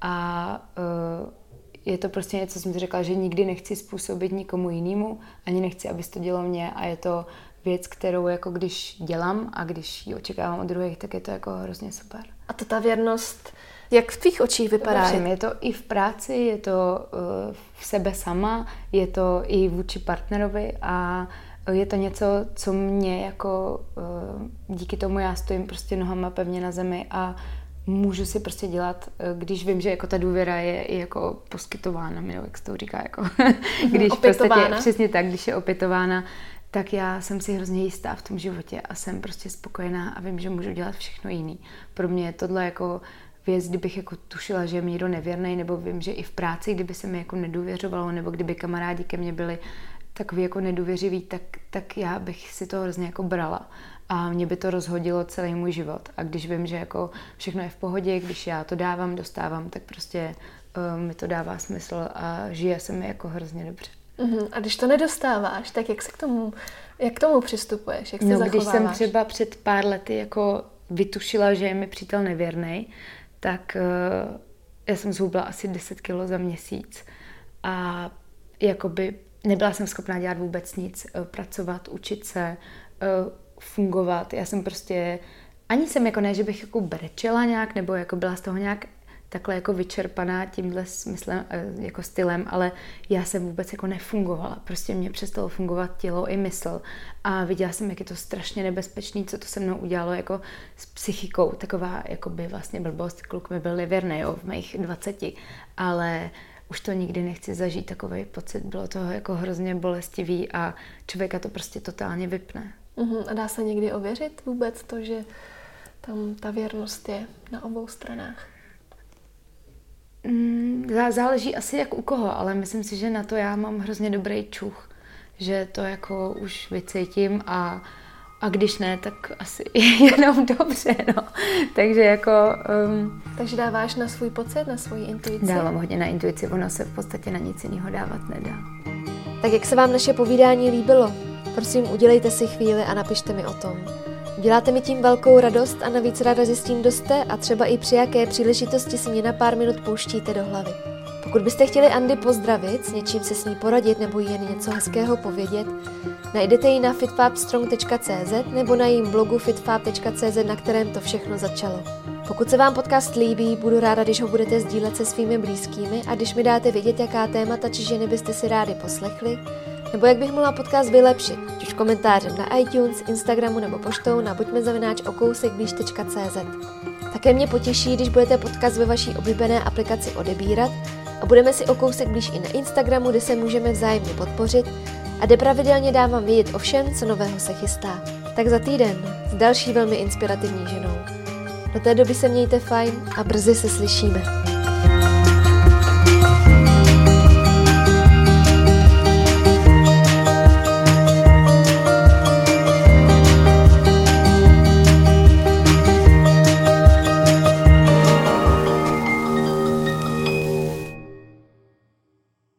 a uh, je to prostě něco, co jsem si řekla, že nikdy nechci způsobit nikomu jinému, ani nechci, abys to dělo mě a je to věc, kterou jako když dělám a když ji očekávám od druhých, tak je to jako hrozně super. A to ta věrnost, jak v tvých očích vypadá? Všem, je to i v práci, je to uh, v sebe sama, je to i vůči partnerovi a je to něco, co mě jako uh, díky tomu já stojím prostě nohama pevně na zemi a můžu si prostě dělat, když vím, že jako ta důvěra je i jako poskytována, mi jak se to říká, jako když v podstatě, přesně tak, když je opětována, tak já jsem si hrozně jistá v tom životě a jsem prostě spokojená a vím, že můžu dělat všechno jiný. Pro mě je tohle jako věc, kdybych jako tušila, že je mi někdo nevěrnej, nebo vím, že i v práci, kdyby se mi jako nedůvěřovalo, nebo kdyby kamarádi ke mně byli takový jako nedůvěřiví, tak, tak já bych si to hrozně jako brala. A mě by to rozhodilo celý můj život. A když vím, že jako všechno je v pohodě, když já to dávám, dostávám, tak prostě uh, mi to dává smysl a žije se mi jako hrozně dobře. Uh-huh. A když to nedostáváš, tak jak se k tomu, jak k tomu přistupuješ? Jak se no, zachováváš? Když jsem třeba před pár lety jako vytušila, že je mi přítel nevěrnej, tak uh, já jsem zhubla asi deset kilo za měsíc. A jakoby nebyla jsem schopná dělat vůbec nic, uh, pracovat, učit se, uh, fungovat. Já jsem prostě, ani jsem jako ne, že bych jako brečela nějak, nebo jako byla z toho nějak takhle jako vyčerpaná tímhle smyslem, jako stylem, ale já jsem vůbec jako nefungovala. Prostě mě přestalo fungovat tělo i mysl a viděla jsem, jak je to strašně nebezpečný, co to se mnou udělalo jako s psychikou. Taková jakoby vlastně blbost, kluk mi byl nevěrný, jo, v mých dvaceti, ale už to nikdy nechci zažít, takový pocit, bylo to jako hrozně bolestivý a člověka to prostě totálně vypne. Uhum. A dá se někdy ověřit vůbec to, že tam ta věrnost je na obou stranách? Mm, záleží asi jak u koho, ale myslím si, že na to já mám hrozně dobrý čuch, že to jako už vycítím a, a když ne, tak asi jenom dobře, no. Takže jako... Um, Takže dáváš na svůj pocit, na svoji intuici? Dávám hodně na intuici, ono se v podstatě na nic jiného dávat nedá. Tak jak se vám naše povídání líbilo? Prosím, udělejte si chvíli a napište mi o tom. Děláte mi tím velkou radost a navíc ráda zjistím, kdo jste a třeba i při jaké příležitosti si mě na pár minut pouštíte do hlavy. Pokud byste chtěli Andy pozdravit, s něčím se s ní poradit nebo jen něco hezkého povědět, najdete ji na fitfabstrong tečka cé zet nebo na jejím blogu fitfab tečka cé zet, na kterém to všechno začalo. Pokud se vám podcast líbí, budu ráda, když ho budete sdílet se svými blízkými a když mi dáte vědět, jaká témata či ženy byste si rádi poslechli, nebo jak bych mohla podcast vylepšit, ať už komentářem na iTunes, Instagramu nebo poštou na buďme zavináč o kousek blíž tečka cé zet. Také mě potěší, když budete podcast ve vaší oblíbené aplikaci odebírat a budeme si o kousek blíž i na Instagramu, kde se můžeme vzájemně podpořit a kde pravidelně dávám vědět o všem, co nového se chystá. Tak za týden s další velmi inspirativní ženou. Do té doby se mějte fajn a brzy se slyšíme.